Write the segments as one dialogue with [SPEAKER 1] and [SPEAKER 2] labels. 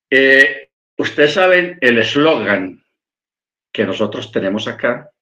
[SPEAKER 1] Ustedes saben el eslogan que nosotros tenemos acá.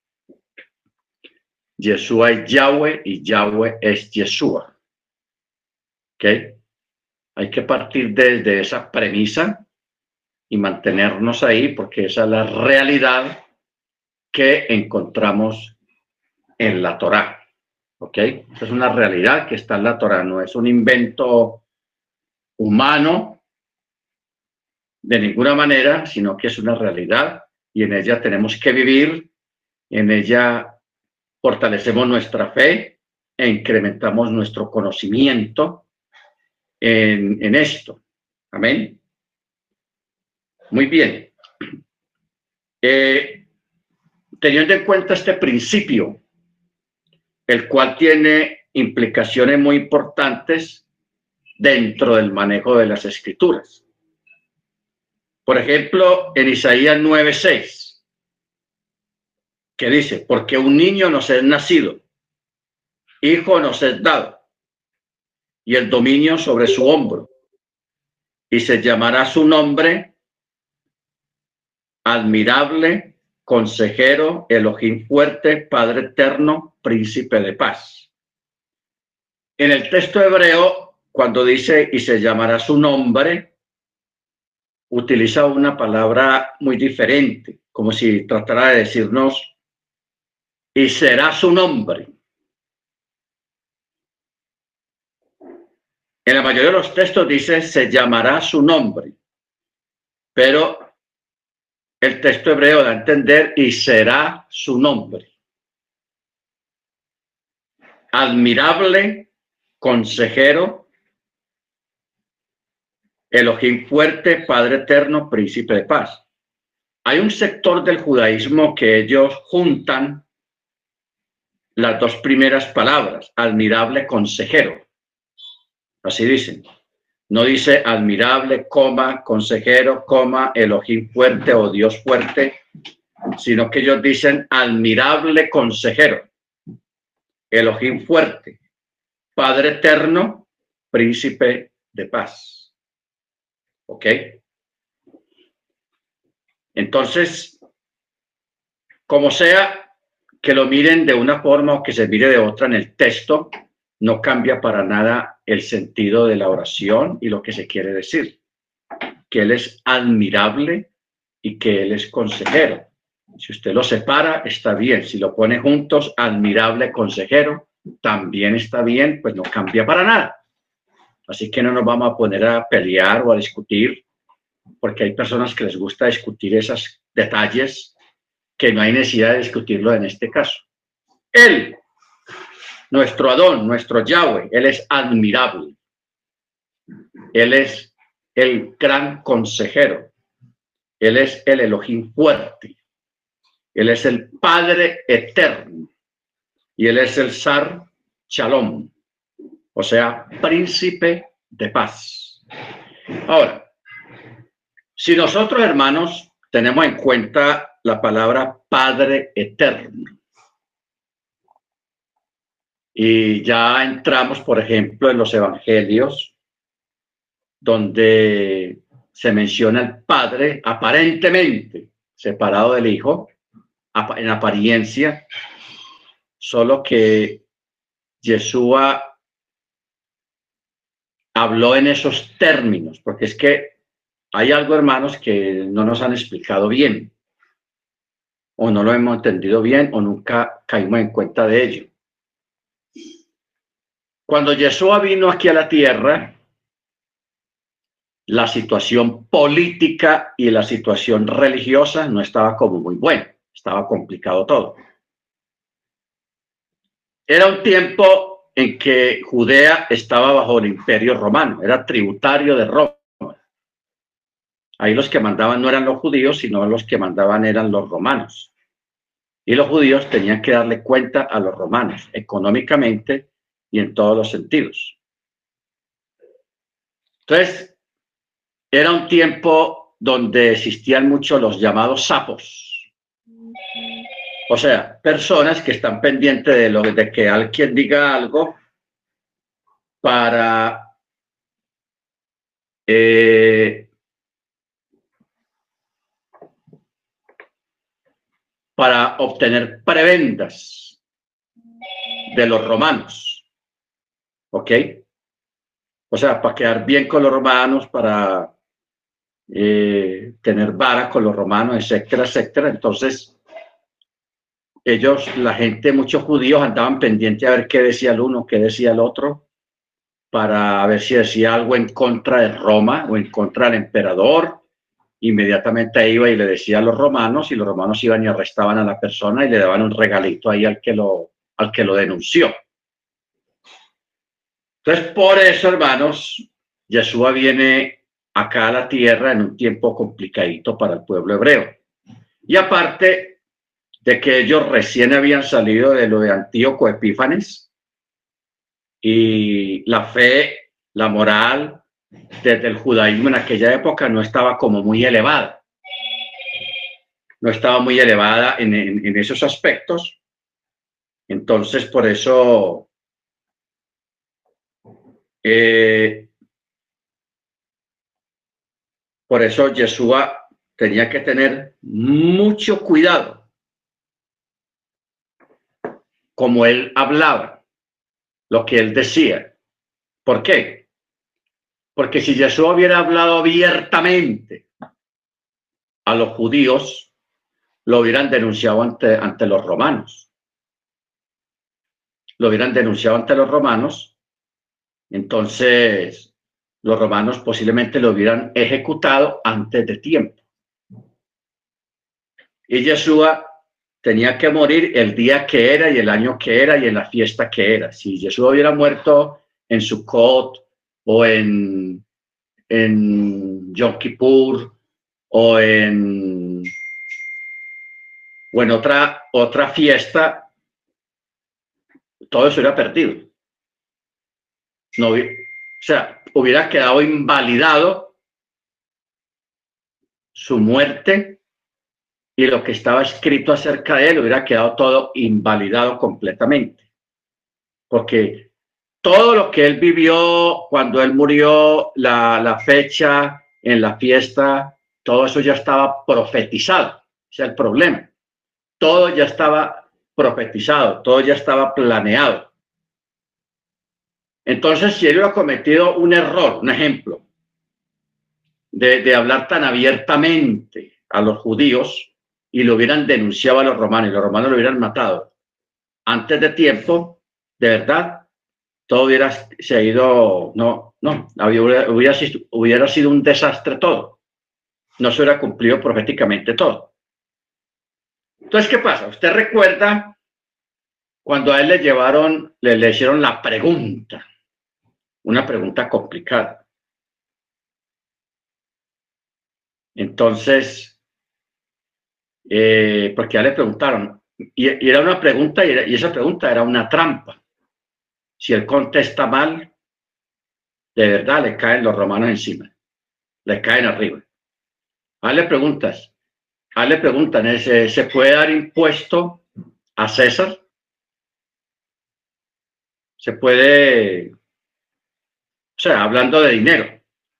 [SPEAKER 1] Yeshua es Yahweh y Yahweh es Yeshua. ¿Ok? Hay que partir desde esa premisa y mantenernos ahí porque esa es la realidad que encontramos en la Torá. ¿Ok? Esa es una realidad que está en la Torá, no es un invento humano de ninguna manera, sino que es una realidad y en ella tenemos que vivir, en ella fortalecemos nuestra fe e incrementamos nuestro conocimiento en esto. Amén. Muy bien. Teniendo en cuenta este principio, el cual tiene implicaciones muy importantes dentro del manejo de las escrituras. Por ejemplo, en Isaías 9:6, que dice, porque un niño nos es nacido, hijo nos es dado, y el dominio sobre su hombro, y se llamará su nombre Admirable, Consejero, Elohim Fuerte, Padre Eterno, Príncipe de Paz. En el texto hebreo, cuando dice y se llamará su nombre, utiliza una palabra muy diferente, como si tratara de decirnos y será su nombre. En la mayoría de los textos dice se llamará su nombre, pero el texto hebreo da a entender y será su nombre. Admirable, Consejero, Elohim Fuerte, Padre Eterno, Príncipe de Paz. Hay un sector del judaísmo que ellos juntan las dos primeras palabras, admirable, consejero. Así dicen. No dice admirable, coma, consejero, coma, Elohim fuerte o Dios fuerte, sino que ellos dicen admirable consejero, Elohim fuerte, Padre eterno, Príncipe de paz. ¿Ok? Entonces, como sea que lo miren de una forma o que se mire de otra en el texto, no cambia para nada el sentido de la oración y lo que se quiere decir. Que Él es admirable y que Él es consejero. Si usted lo separa, está bien. Si lo pone juntos, admirable consejero, también está bien, pues no cambia para nada. Así que no nos vamos a poner a pelear o a discutir, porque hay personas que les gusta discutir esos detalles que no hay necesidad de discutirlo en este caso. Él, nuestro Adón, nuestro Yahweh, Él es admirable. Él es el gran consejero. Él es el Elohim fuerte. Él es el Padre eterno. Y Él es el Sar Shalom. O sea, Príncipe de paz. Ahora, si nosotros, hermanos, tenemos en cuenta la palabra Padre eterno, y ya entramos, por ejemplo, en los evangelios, donde se menciona el Padre aparentemente separado del Hijo, en apariencia, solo que Yeshua habló en esos términos, porque es que hay algo, hermanos, que no nos han explicado bien, o no lo hemos entendido bien, o nunca caímos en cuenta de ello. Cuando Yeshua vino aquí a la tierra, la situación política y la situación religiosa no estaba como muy buena, estaba complicado todo. Era un tiempo en que Judea estaba bajo el imperio romano, era tributario de Roma. Ahí los que mandaban no eran los judíos, sino los que mandaban eran los romanos. Y los judíos tenían que darle cuenta a los romanos, económicamente y en todos los sentidos. Entonces, era un tiempo donde existían mucho los llamados sapos. O sea, personas que están pendientes de que alguien diga algo para para obtener prebendas de los romanos, ¿ok? O sea, para quedar bien con los romanos, para tener vara con los romanos, etcétera, etcétera. Entonces, ellos, la gente, muchos judíos andaban pendientes a ver qué decía el uno, qué decía el otro, para ver si decía algo en contra de Roma o en contra del emperador. Inmediatamente iba y le decía a los romanos, y los romanos iban y arrestaban a la persona y le daban un regalito ahí al que lo denunció. Entonces, por eso, hermanos, Yeshua viene acá a la tierra en un tiempo complicadito para el pueblo hebreo. Y aparte de que ellos recién habían salido de lo de Antíoco Epífanes, y la fe, la moral desde el judaísmo en aquella época no estaba como muy elevada. No estaba muy elevada en esos aspectos. Entonces, por eso Yeshua tenía que tener mucho cuidado como él hablaba, lo que él decía. ¿Por qué? Porque si Yeshua hubiera hablado abiertamente a los judíos, lo hubieran denunciado ante los romanos. Lo hubieran denunciado ante los romanos. Entonces, los romanos posiblemente lo hubieran ejecutado antes de tiempo. Y Yeshua tenía que morir el día que era y el año que era y en la fiesta que era. Si Yeshua hubiera muerto en Sukkot o en Yom Kippur o en otra fiesta, todo eso hubiera perdido. No, o sea, hubiera quedado invalidado su muerte, y lo que estaba escrito acerca de él hubiera quedado todo invalidado completamente. Porque todo lo que él vivió cuando él murió, la fecha en la fiesta, todo eso ya estaba profetizado. Ese es el problema. Todo ya estaba profetizado, todo ya estaba planeado. Entonces, si él hubiera cometido un error, un ejemplo, de hablar tan abiertamente a los judíos y lo hubieran denunciado a los romanos y los romanos lo hubieran matado antes de tiempo, de verdad, todo hubiera ido, hubiera sido un desastre todo. No se hubiera cumplido proféticamente todo. Entonces, ¿qué pasa? Usted recuerda cuando a él le hicieron la pregunta, una pregunta complicada. Entonces, porque ya le preguntaron, y era una pregunta, y esa pregunta era una trampa. Si él contesta mal, de verdad le caen los romanos encima, le caen arriba. A él le preguntan, ¿se puede dar impuesto a César? Se puede, o sea, hablando de dinero.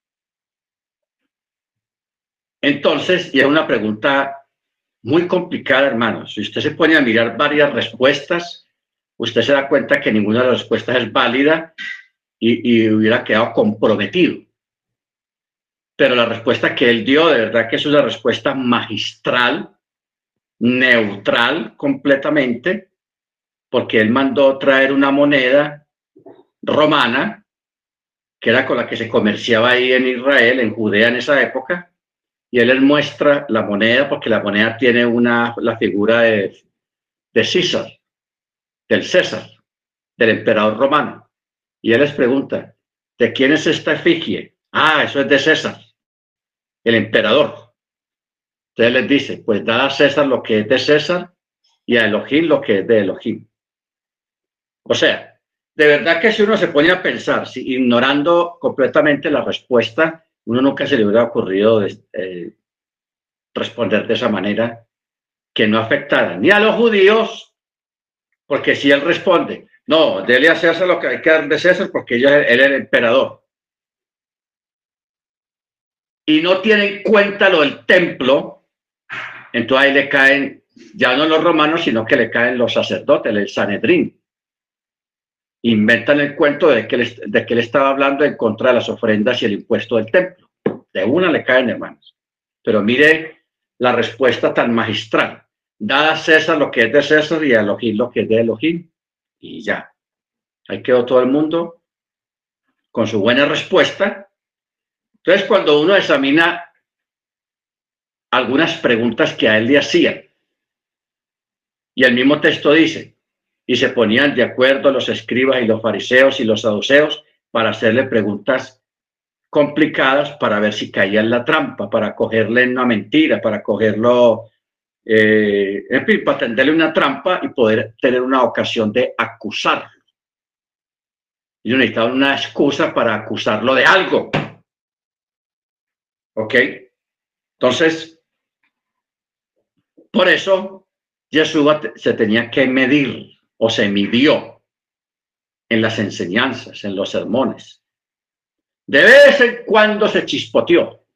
[SPEAKER 1] Entonces, y es una pregunta muy complicada, hermanos. Si usted se pone a mirar varias respuestas, usted se da cuenta que ninguna de las respuestas es válida y hubiera quedado comprometido. Pero la respuesta que él dio, de verdad que es una respuesta magistral, neutral completamente, porque él mandó traer una moneda romana, que era con la que se comerciaba ahí en Israel, en Judea en esa época, y él les muestra la moneda, porque la moneda tiene la figura de César, del César, del emperador romano. Y él les pregunta, ¿de quién es esta efigie? Ah, eso es de César, el emperador. Entonces les dice, pues da a César lo que es de César y a Elohim lo que es de Elohim. O sea, de verdad que si uno se pone a pensar, ignorando completamente la respuesta, uno nunca se le hubiera ocurrido responder de esa manera, que no afectara ni a los judíos, porque si él responde, no, dele a César lo que hay que dar de César, porque él es el emperador, y no tiene en cuenta lo del templo, entonces ahí le caen Ya no los romanos, sino que le caen los sacerdotes, el Sanedrín. Inventan el cuento de que él estaba hablando en contra de las ofrendas y el impuesto del templo. De una le caen, hermanos. Pero mire la respuesta tan magistral. Dad a César lo que es de César y a Elohim lo que es de Elohim. Y ya. Ahí quedó todo el mundo con su buena respuesta. Entonces, cuando uno examina algunas preguntas que a él le hacían, y el mismo texto dice, y se ponían de acuerdo los escribas y los fariseos y los saduceos para hacerle preguntas complicadas para ver si caía en la trampa, para cogerle en una mentira, para cogerlo, en fin, para tenderle una trampa y poder tener una ocasión de acusarlo. Ellos necesitaban una excusa para acusarlo de algo. ¿Ok? Entonces, por eso Yeshua se tenía que medir o se midió en las enseñanzas, en los sermones. De vez en cuando se chispoteó.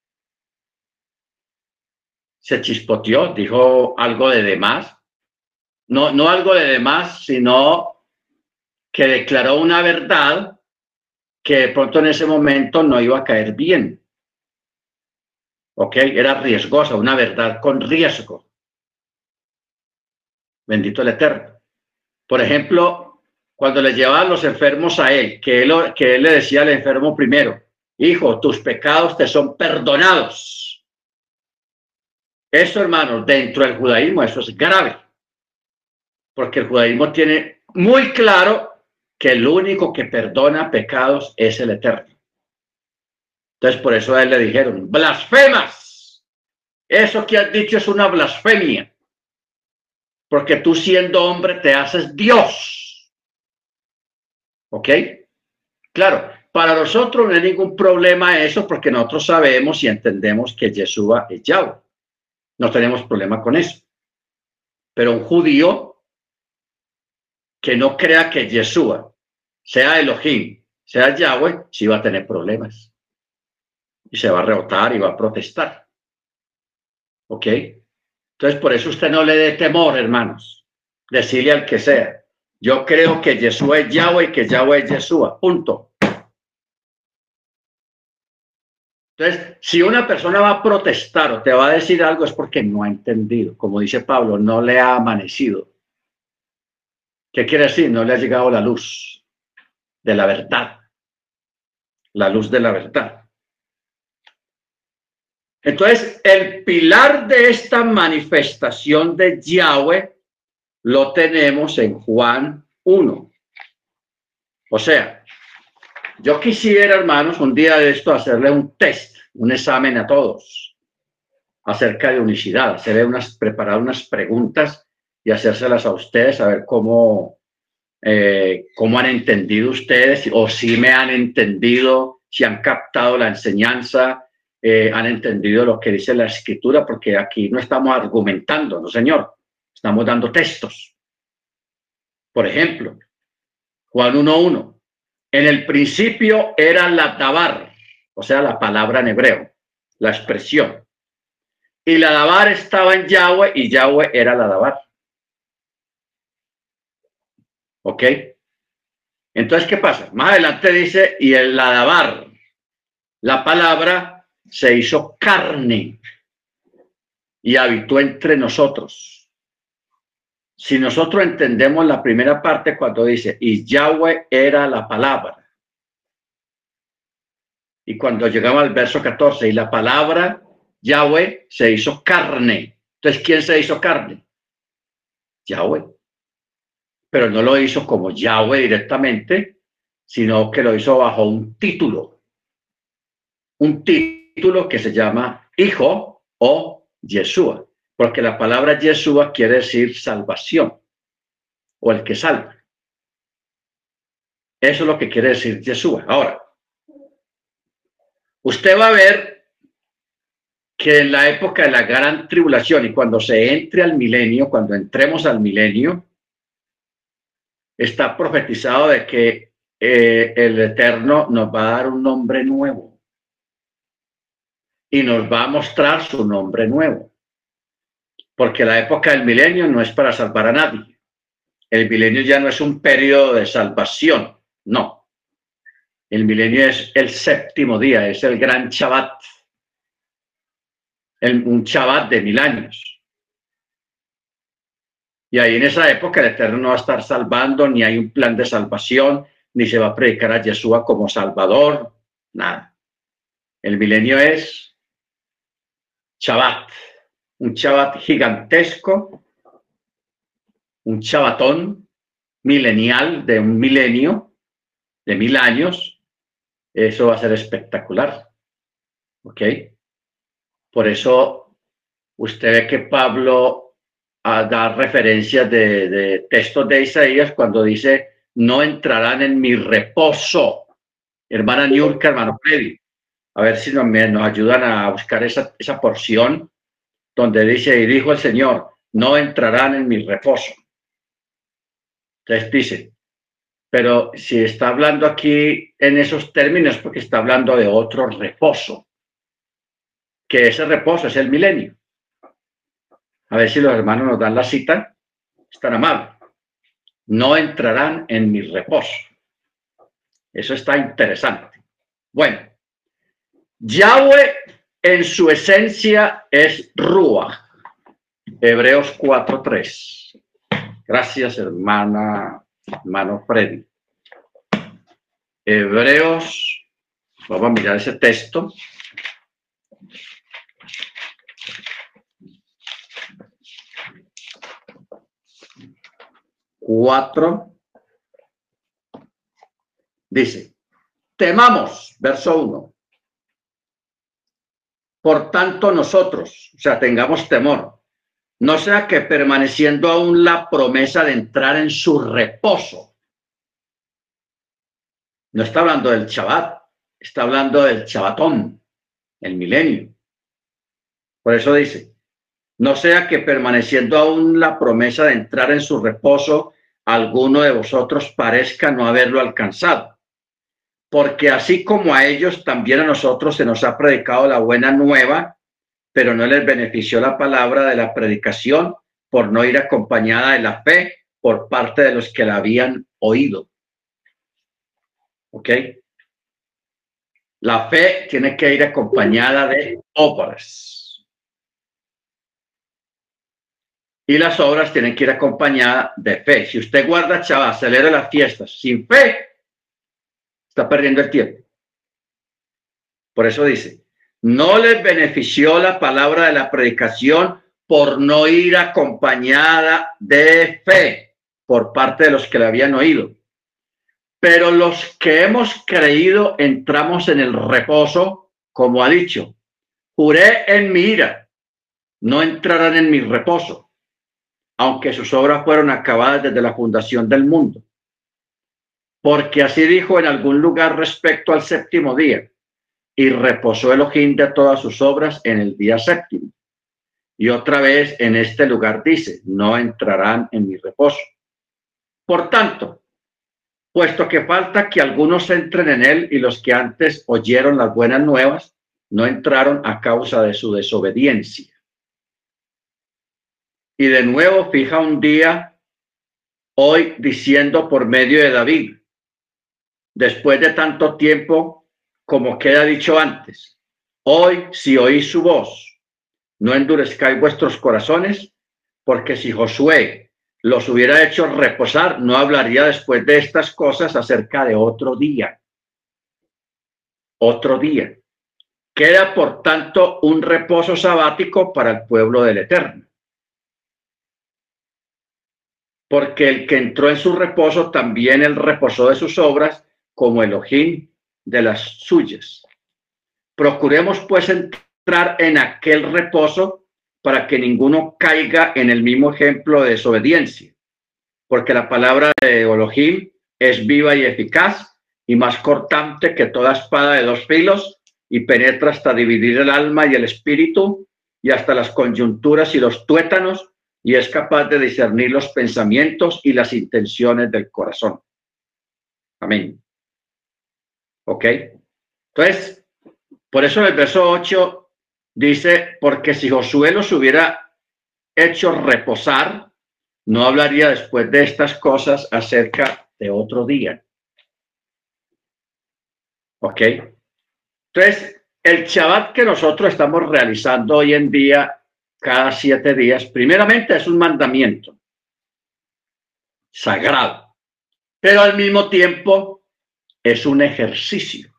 [SPEAKER 1] Se chispoteó, dijo algo de demás. No algo de demás, sino que declaró una verdad que de pronto en ese momento no iba a caer bien. ¿Ok? Era riesgosa, una verdad con riesgo. Bendito el Eterno. Por ejemplo, cuando le llevaban los enfermos a él, que él le decía al enfermo primero, hijo, tus pecados te son perdonados. Eso, hermanos, dentro del judaísmo, eso es grave. Porque el judaísmo tiene muy claro que el único que perdona pecados es el Eterno. Entonces, por eso a él le dijeron, blasfemas. Eso que has dicho es una blasfemia. Porque tú siendo hombre te haces Dios. ¿Ok? Claro, para nosotros no hay ningún problema eso porque nosotros sabemos y entendemos que Yeshua es Yahweh. No tenemos problema con eso. Pero un judío que no crea que Yeshua sea Elohim, sea Yahweh, sí va a tener problemas. Y se va a rebotar y va a protestar. ¿Ok? Entonces, por eso usted no le dé temor, hermanos. Decirle al que sea, yo creo que Yeshua es Yahweh y que Yahweh es Yeshua. Punto. Entonces, si una persona va a protestar o te va a decir algo es porque no ha entendido. Como dice Pablo, no le ha amanecido. ¿Qué quiere decir? No le ha llegado la luz de la verdad. La luz de la verdad. Entonces, el pilar de esta manifestación de Yahweh lo tenemos en Juan 1. O sea, yo quisiera, hermanos, un día de esto hacerle un test, un examen a todos acerca de unicidad, preparar unas preguntas y hacérselas a ustedes, a ver cómo han entendido ustedes, o si me han entendido, si han captado la enseñanza, han entendido lo que dice la Escritura, porque aquí no estamos argumentando, no señor, estamos dando textos. Por ejemplo, Juan 1:1. En el principio era la dabar, o sea, la palabra en hebreo, la expresión. Y la dabar estaba en Yahweh y Yahweh era la dabar. ¿Ok? Entonces, ¿qué pasa? Más adelante dice, y el la dabar, la palabra se hizo carne y habitó entre nosotros. Si nosotros entendemos la primera parte cuando dice, y Yahweh era la palabra. Y cuando llegamos al verso 14, y la palabra Yahweh se hizo carne. Entonces, ¿quién se hizo carne? Yahweh. Pero no lo hizo como Yahweh directamente, sino que lo hizo bajo un título. Un título que se llama Hijo o Yeshua. Porque la palabra Yeshua quiere decir salvación o el que salva. Eso es lo que quiere decir Yeshua. Ahora, usted va a ver que en la época de la gran tribulación y cuando se entre al milenio, cuando entremos al milenio, está profetizado de que el Eterno nos va a dar un nombre nuevo y nos va a mostrar su nombre nuevo. porque la época del milenio no es para salvar a nadie. El milenio ya no es un periodo de salvación, no. El milenio es el séptimo día, es el gran Shabbat, un Shabbat de 1000 años. Y ahí en esa época el Eterno no va a estar salvando, ni hay un plan de salvación, ni se va a predicar a Yeshua como Salvador, nada. El milenio es Shabbat, un Shabbat gigantesco, un Shabbatón milenial de un milenio, de 1000 años. Eso va a ser espectacular, ¿ok? Por eso usted ve que Pablo da referencias de textos de Isaías cuando dice, no entrarán en mi reposo. Hermana Niurka, hermano Freddy, a ver si nos ayudan a buscar esa porción donde dice, y dijo el Señor, no entrarán en mi reposo. Entonces dice, pero si está hablando aquí en esos términos, porque está hablando de otro reposo, que ese reposo es el milenio. A ver si los hermanos nos dan la cita, están amables. No entrarán en mi reposo. Eso está interesante. Bueno, Yahweh en su esencia es Ruach. Hebreos 4:3. Gracias, hermano Freddy. Hebreos, vamos a mirar ese texto. Dice, temamos, verso 1. Por tanto nosotros, o sea, tengamos temor, no sea que permaneciendo aún la promesa de entrar en su reposo. No está hablando del Shabbat, está hablando del Shabbatón, el milenio. Por eso dice, no sea que permaneciendo aún la promesa de entrar en su reposo, alguno de vosotros parezca no haberlo alcanzado. Porque así como a ellos, también a nosotros se nos ha predicado la buena nueva, pero no les benefició la palabra de la predicación por no ir acompañada de la fe por parte de los que la habían oído. ¿Ok? La fe tiene que ir acompañada de obras. Y las obras tienen que ir acompañadas de fe. Si usted guarda Shabbat, celebra las fiestas sin fe, está perdiendo el tiempo. Por eso dice, no les benefició la palabra de la predicación por no ir acompañada de fe por parte de los que la habían oído. Pero los que hemos creído entramos en el reposo, como ha dicho, juré en mi ira, no entrarán en mi reposo, aunque sus obras fueron acabadas desde la fundación del mundo. Porque así dijo en algún lugar respecto al séptimo día, y reposó Elohim de todas sus obras en el día séptimo. Y otra vez en este lugar dice, no entrarán en mi reposo. Por tanto, puesto que falta que algunos entren en él y los que antes oyeron las buenas nuevas, no entraron a causa de su desobediencia. Y de nuevo fija un día hoy diciendo por medio de David, después de tanto tiempo como queda dicho antes, hoy si oís su voz, no endurezcáis vuestros corazones, porque si Josué los hubiera hecho reposar, no hablaría después de estas cosas acerca de otro día. Otro día. Queda, por tanto, un reposo sabático para el pueblo del Eterno. Porque el que entró en su reposo, también él reposó de sus obras, como Elohim de las suyas. Procuremos, pues, entrar en aquel reposo para que ninguno caiga en el mismo ejemplo de desobediencia. Porque la palabra de Elohim es viva y eficaz y más cortante que toda espada de 2 filos y penetra hasta dividir el alma y el espíritu y hasta las coyunturas y los tuétanos y es capaz de discernir los pensamientos y las intenciones del corazón. Amén. ¿Ok? Entonces, por eso en el verso 8 dice, porque si Josué los hubiera hecho reposar, no hablaría después de estas cosas acerca de otro día. ¿Ok? Entonces, el Shabbat que nosotros estamos realizando hoy en día, cada 7 días, primeramente es un mandamiento sagrado, pero al mismo tiempo es un ejercicio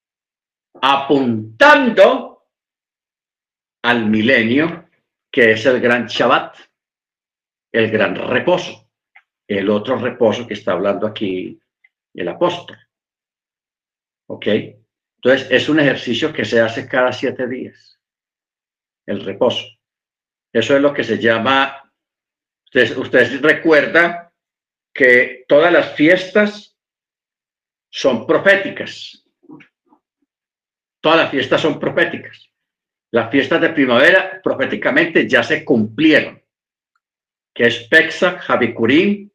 [SPEAKER 1] apuntando al milenio, que es el gran Shabbat, el gran reposo, el otro reposo que está hablando aquí el apóstol. ¿Ok? Entonces, es un ejercicio que se hace cada 7 días, el reposo. Eso es lo que se llama, ustedes recuerdan que todas las fiestas son proféticas. Todas las fiestas son proféticas. Las fiestas de primavera proféticamente ya se cumplieron, que es Pesach, Habikurim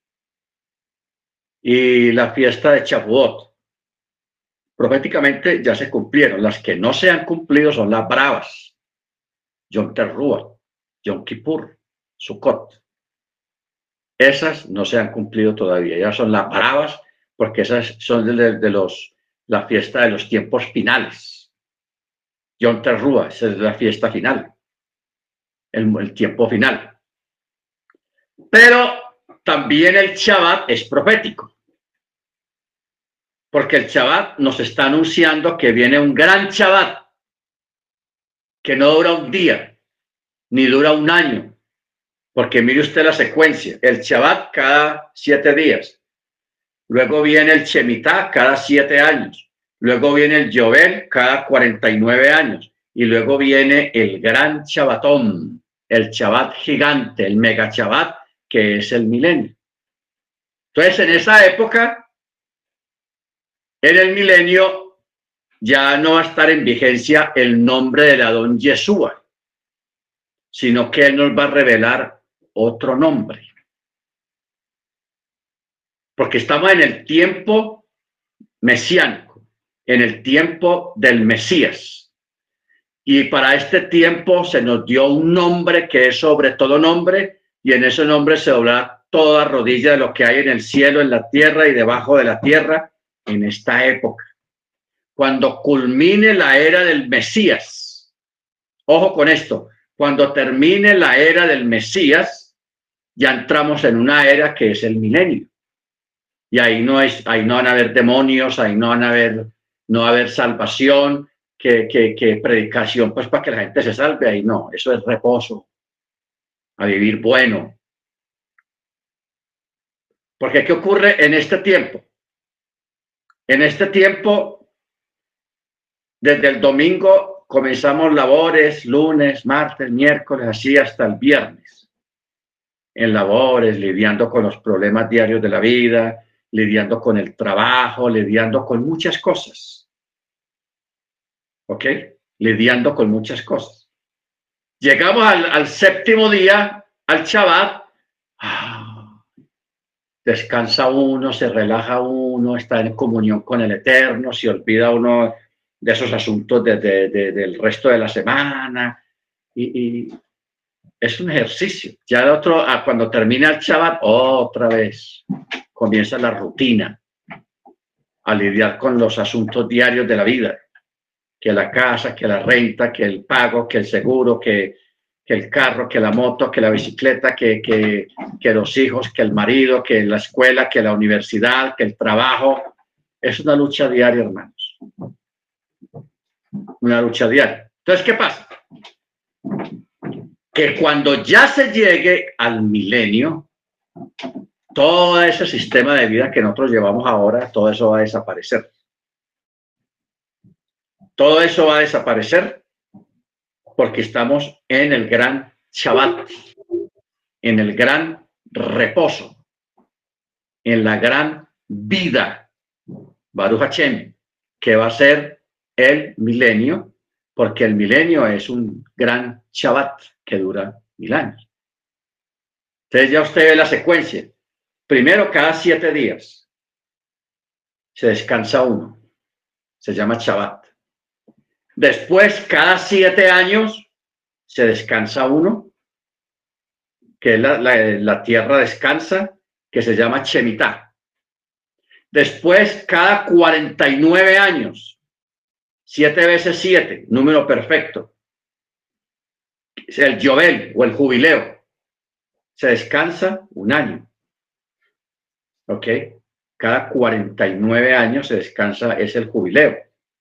[SPEAKER 1] y la fiesta de Shavuot. Proféticamente ya se cumplieron. Las que no se han cumplido son las bravas, Yom Teruah, Yom Kippur, Sukkot. Esas no se han cumplido todavía, ya son las bravas, porque esas son la fiesta de los tiempos finales. Yom Teruah, esa es la fiesta final, el tiempo final. Pero también el Shabbat es profético, porque el Shabbat nos está anunciando que viene un gran Shabbat, que no dura un día, ni dura un año, porque mire usted la secuencia, el Shabbat cada 7 días, luego viene el Shemitah cada 7 años, luego viene el Yovel cada 49 años, y luego viene el gran Shabbatón, el Shabbat gigante, el mega Shabbat, que es el milenio. Entonces, en esa época, en el milenio, ya no va a estar en vigencia el nombre del Adón Yeshua, sino que él nos va a revelar otro nombre. Porque estamos en el tiempo mesiánico, en el tiempo del Mesías. Y para este tiempo se nos dio un nombre que es sobre todo nombre, y en ese nombre se doblará toda rodilla de lo que hay en el cielo, en la tierra y debajo de la tierra en esta época. Cuando culmine la era del Mesías, ojo con esto, cuando termine la era del Mesías, ya entramos en una era que es el milenio. Y ahí no van a haber demonios, ahí no va a haber salvación, que predicación, pues para que la gente se salve, ahí no, eso es reposo, a vivir bueno. Porque ¿qué ocurre en este tiempo? En este tiempo, desde el domingo comenzamos labores, lunes, martes, miércoles, así hasta el viernes. En labores, lidiando con los problemas diarios de la vida, lidiando con el trabajo, lidiando con muchas cosas. ¿Ok? Lidiando con muchas cosas. Llegamos al séptimo día, al Shabbat. Descansa uno, se relaja uno, está en comunión con el Eterno, se olvida uno de esos asuntos del resto de la semana. Y es un ejercicio. Ya cuando termina el Shabbat, otra vez comienza la rutina a lidiar con los asuntos diarios de la vida. Que la casa, que la renta, que el pago, que el seguro, que el carro, que la moto, que la bicicleta, que los hijos, que el marido, que la escuela, que la universidad, que el trabajo. Es una lucha diaria, hermanos. Una lucha diaria. Entonces, ¿qué pasa? Que cuando ya se llegue al milenio, todo ese sistema de vida que nosotros llevamos ahora, todo eso va a desaparecer. Todo eso va a desaparecer porque estamos en el gran Shabbat, en el gran reposo, en la gran vida, Baruch Hashem, que va a ser el milenio, porque el milenio es un gran Shabbat que dura 1000 años. Entonces ya usted ve la secuencia. Primero, cada 7 días se descansa uno, se llama Shabbat. Después, cada 7 años se descansa uno, que es la tierra descansa, que se llama Shemitah. Después, cada 49 años, 7 veces 7, número perfecto, es el Yobel o el jubileo. Se descansa un año. ¿Ok? Cada 49 años se descansa, es el jubileo.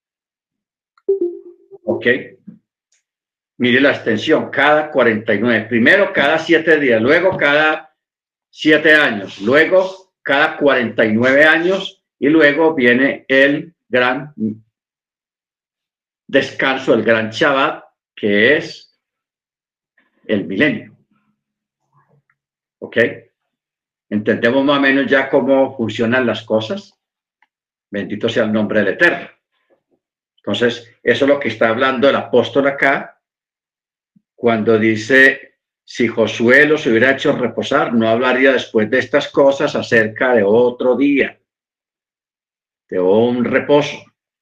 [SPEAKER 1] ¿Ok? Mire la extensión, cada 49. Primero cada 7 días, luego cada 7 años, luego cada 49 años y luego viene el gran descanso, el gran Shabbat, que es el milenio. ¿Ok? ¿Entendemos más o menos ya cómo funcionan las cosas? Bendito sea el nombre del Eterno. Entonces, eso es lo que está hablando el apóstol acá, cuando dice, si Josué los hubiera hecho reposar, no hablaría después de estas cosas acerca de otro día, de un reposo.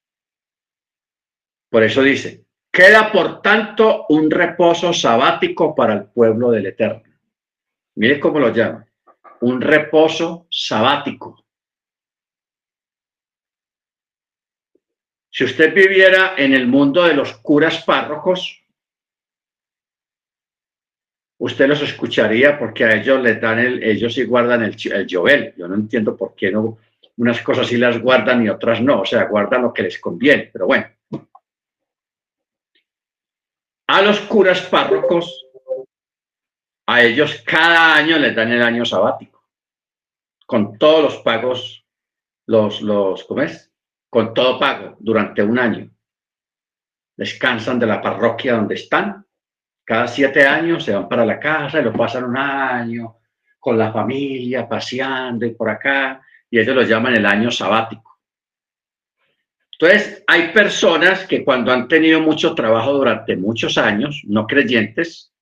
[SPEAKER 1] Por eso dice, queda por tanto un reposo sabático para el pueblo del Eterno. Mire cómo lo llama, un reposo sabático. Si usted viviera en el mundo de los curas párrocos, usted los escucharía porque a ellos les dan ellos sí guardan el Yobel. Yo no entiendo por qué no, unas cosas sí las guardan y otras no, o sea, guardan lo que les conviene, pero bueno. A los curas párrocos, a ellos cada año les dan el año sabático, con todos los pagos, ¿cómo es? Con todo pago durante un año. Descansan de la parroquia donde están. Cada 7 años se van para la casa y lo pasan un año con la familia, paseando y por acá, y ellos lo llaman el año sabático. Entonces, hay personas que cuando han tenido mucho trabajo durante muchos años, no creyentes,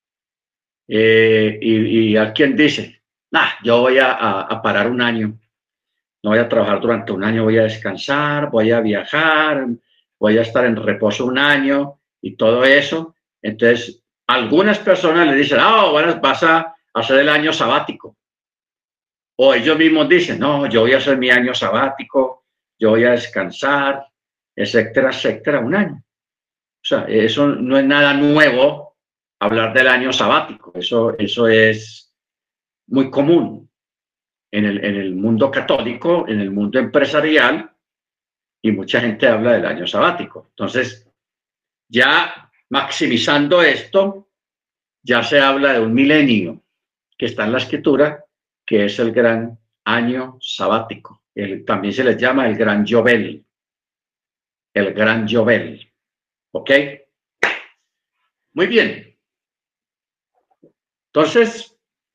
[SPEAKER 1] y alguien dice, yo voy a parar un año, no voy a trabajar durante un año, voy a descansar, voy a viajar, voy a estar en reposo un año y todo eso. Entonces, algunas personas le dicen, bueno, vas a hacer el año sabático. O ellos mismos dicen, no, yo voy a hacer mi año sabático, yo voy a descansar, etcétera, etcétera, un año. O sea, eso no es nada nuevo hablar del año sabático. Eso es muy común en el mundo católico, en el mundo empresarial, y mucha gente habla del año sabático. Entonces, ya maximizando esto, ya se habla de un milenio que está en la escritura, que es el gran año sabático. También se les llama el gran Yobel. El gran Yobel. ¿Ok? Muy bien. Entonces,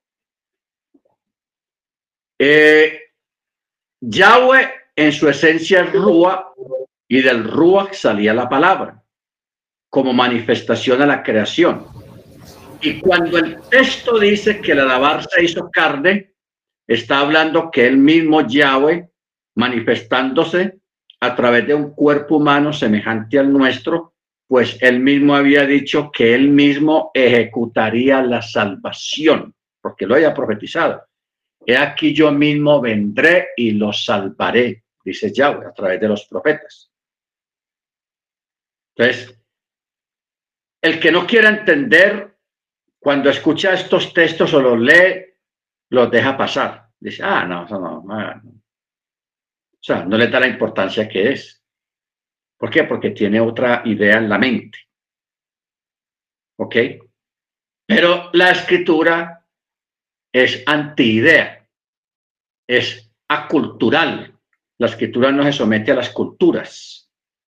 [SPEAKER 1] Yahweh en su esencia es Ruach, y del Ruach salía la palabra como manifestación a la creación. Y cuando el texto dice que la alabar se hizo carne, está hablando que él mismo, Yahweh, manifestándose a través de un cuerpo humano semejante al nuestro, pues él mismo había dicho que él mismo ejecutaría la salvación, porque lo haya profetizado. He aquí yo mismo vendré y los salvaré, dice Yahweh a través de los profetas. Entonces, el que no quiera entender, cuando escucha estos textos o los lee, los deja pasar. Dice, no, eso no. O sea, no le da la importancia que es. ¿Por qué? Porque tiene otra idea en la mente. ¿Ok? Pero la escritura es antiidea, es acultural. La escritura no se somete a las culturas.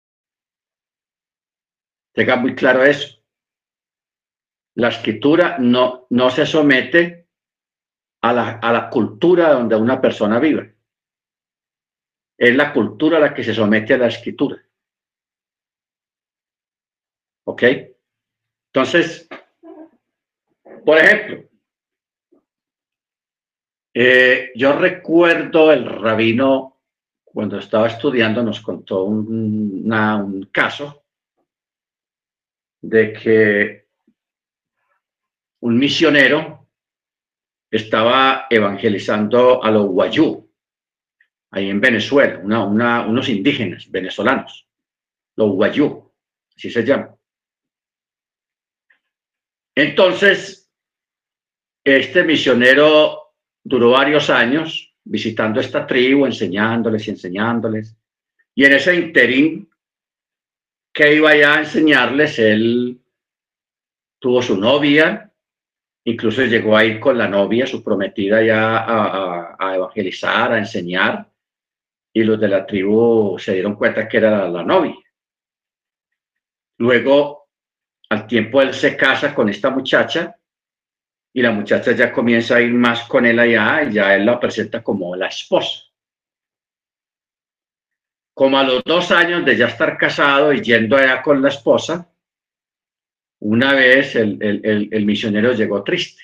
[SPEAKER 1] Tenga muy claro eso. La escritura no se somete a la cultura donde una persona vive. Es la cultura la que se somete a la escritura. ¿Ok? Entonces, por ejemplo, yo recuerdo el rabino, cuando estaba estudiando, nos contó un caso de que un misionero estaba evangelizando a los guayú, ahí en Venezuela, unos indígenas venezolanos, los guayú, así se llaman. Entonces, este misionero duró varios años visitando esta tribu, enseñándoles y enseñándoles. Y en ese interín que iba ya a enseñarles, él tuvo su novia, incluso llegó a ir con la novia, su prometida, ya a evangelizar, a enseñar, y los de la tribu se dieron cuenta que era la novia. Luego, al tiempo, él se casa con esta muchacha, y la muchacha ya comienza a ir más con él allá, y ya él la presenta como la esposa. Como a los 2 años de ya estar casado y yendo allá con la esposa, una vez el misionero llegó triste.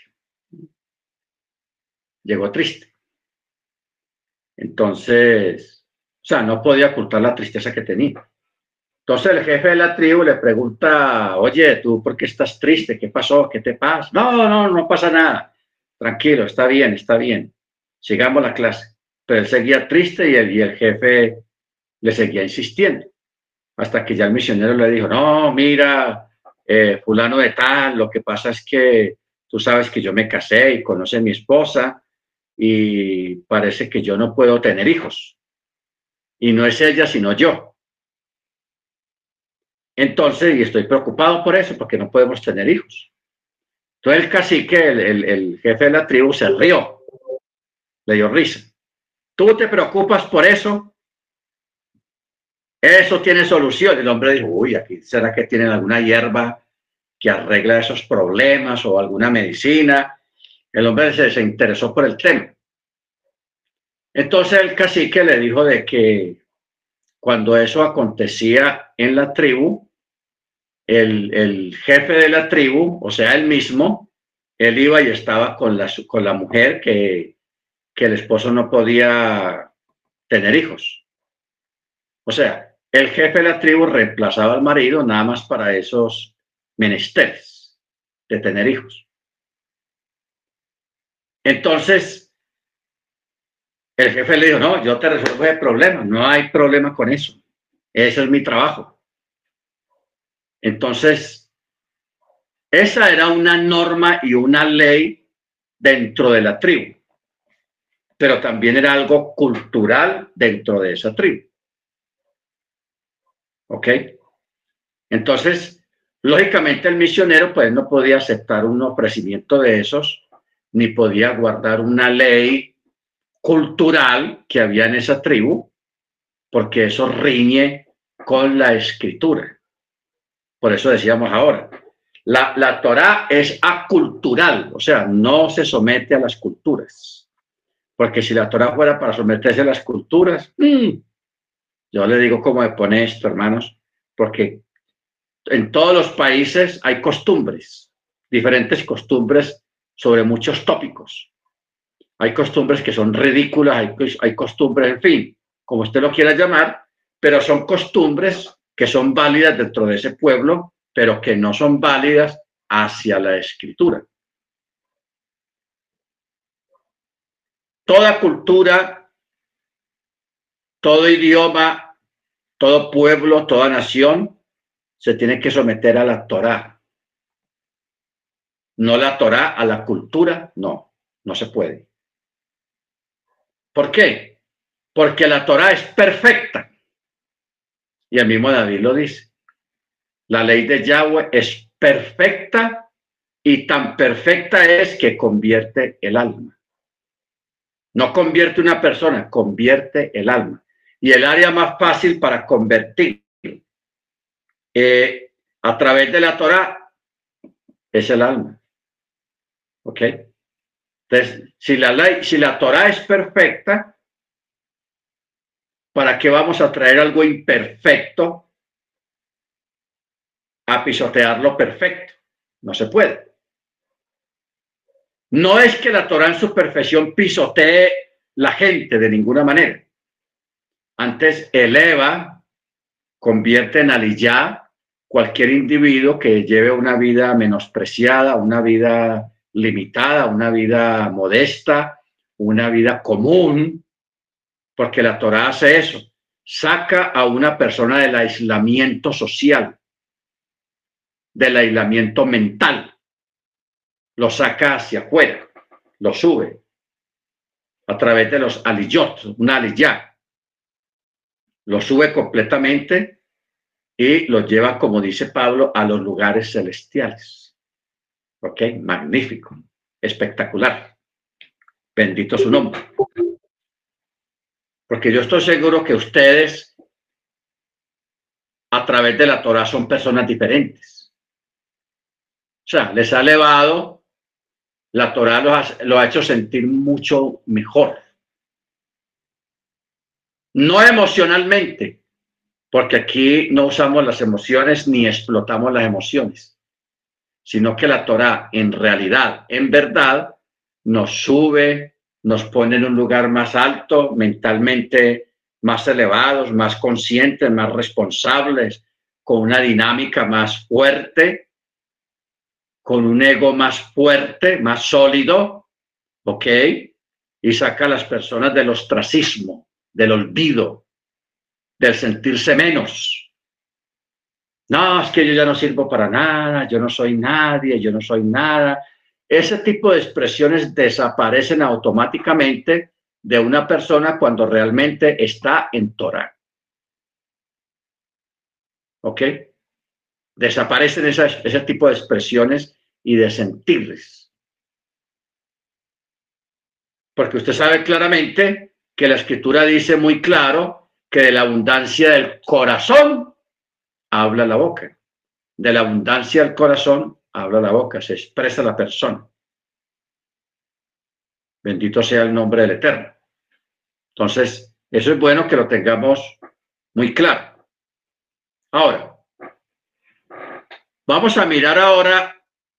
[SPEAKER 1] Llegó triste. Entonces, o sea, no podía ocultar la tristeza que tenía. Entonces el jefe de la tribu le pregunta, oye, ¿tú por qué estás triste? ¿Qué pasó? ¿Qué te pasa? No pasa nada. Tranquilo, está bien. Sigamos la clase. Pero él seguía triste y el jefe le seguía insistiendo. Hasta que ya el misionero le dijo, no, mira, fulano de tal, lo que pasa es que tú sabes que yo me casé y conoce a mi esposa y parece que yo no puedo tener hijos. Y no es ella, sino yo. Entonces, y estoy preocupado por eso, porque no podemos tener hijos. Entonces el cacique, el jefe de la tribu, se rió, le dio risa. ¿Tú te preocupas por eso? Eso tiene solución. El hombre dijo, uy, aquí será que tienen alguna hierba que arregla esos problemas o alguna medicina. El hombre se interesó por el tema. Entonces el cacique le dijo de que cuando eso acontecía en la tribu, el jefe de la tribu, o sea, él mismo, él iba y estaba con la mujer que el esposo no podía tener hijos. O sea, el jefe de la tribu reemplazaba al marido nada más para esos menesteres de tener hijos. Entonces, el jefe le dijo, no, yo te resuelvo el problema, no hay problema con eso. Ese es mi trabajo. Entonces, esa era una norma y una ley dentro de la tribu, pero también era algo cultural dentro de esa tribu. ¿Ok? Entonces, lógicamente el misionero pues no podía aceptar un ofrecimiento de esos, ni podía guardar una ley cultural que había en esa tribu, porque eso riñe con la escritura. Por eso decíamos ahora, la Torá es acultural, o sea, no se somete a las culturas. Porque si la Torá fuera para someterse a las culturas, yo le digo cómo me pone esto, hermanos, porque en todos los países hay costumbres, diferentes costumbres sobre muchos tópicos. Hay costumbres que son ridículas, hay costumbres, en fin, como usted lo quiera llamar, pero son costumbres que son válidas dentro de ese pueblo, pero que no son válidas hacia la escritura. Toda cultura, todo idioma, todo pueblo, toda nación se tiene que someter a la Torá. No la Torá a la cultura, no se puede. ¿Por qué? Porque la Torá es perfecta. Y el mismo David lo dice. La ley de Yahweh es perfecta y tan perfecta es que convierte el alma. No convierte una persona, convierte el alma. Y el área más fácil para convertir a través de la Torá es el alma. ¿Ok? Entonces, si la Torá es perfecta, ¿para qué vamos a traer algo imperfecto a pisotear lo perfecto? No se puede. No es que la Torá en su perfección pisotee la gente de ninguna manera. Antes eleva, convierte en aliyá cualquier individuo que lleve una vida menospreciada, una vida limitada, una vida modesta, una vida común, porque la Torá hace eso, saca a una persona del aislamiento social, del aislamiento mental, lo saca hacia afuera, lo sube a través de los aliyot, una aliyah, lo sube completamente y lo lleva, como dice Pablo, a los lugares celestiales. ¿Ok? Magnífico, espectacular. Bendito su nombre. Porque yo estoy seguro que ustedes, a través de la Torah, son personas diferentes. O sea, les ha elevado, la Torah lo ha hecho sentir mucho mejor. No emocionalmente, porque aquí no usamos las emociones ni explotamos las emociones, sino que la Torá en realidad, en verdad, nos sube, nos pone en un lugar más alto, mentalmente más elevados, más conscientes, más responsables, con una dinámica más fuerte, con un ego más fuerte, más sólido, ¿ok? Y saca a las personas del ostracismo, del olvido, del sentirse menos. No, es que yo ya no sirvo para nada, yo no soy nadie, yo no soy nada. Ese tipo de expresiones desaparecen automáticamente de una persona cuando realmente está en Torah. ¿Ok? Desaparecen ese tipo de expresiones y de sentirles. Porque usted sabe claramente que la Escritura dice muy claro que de la abundancia del corazón habla la boca. De la abundancia del corazón habla la boca, se expresa la persona. Bendito sea el nombre del Eterno. Entonces, eso es bueno que lo tengamos muy claro. Ahora, vamos a mirar ahora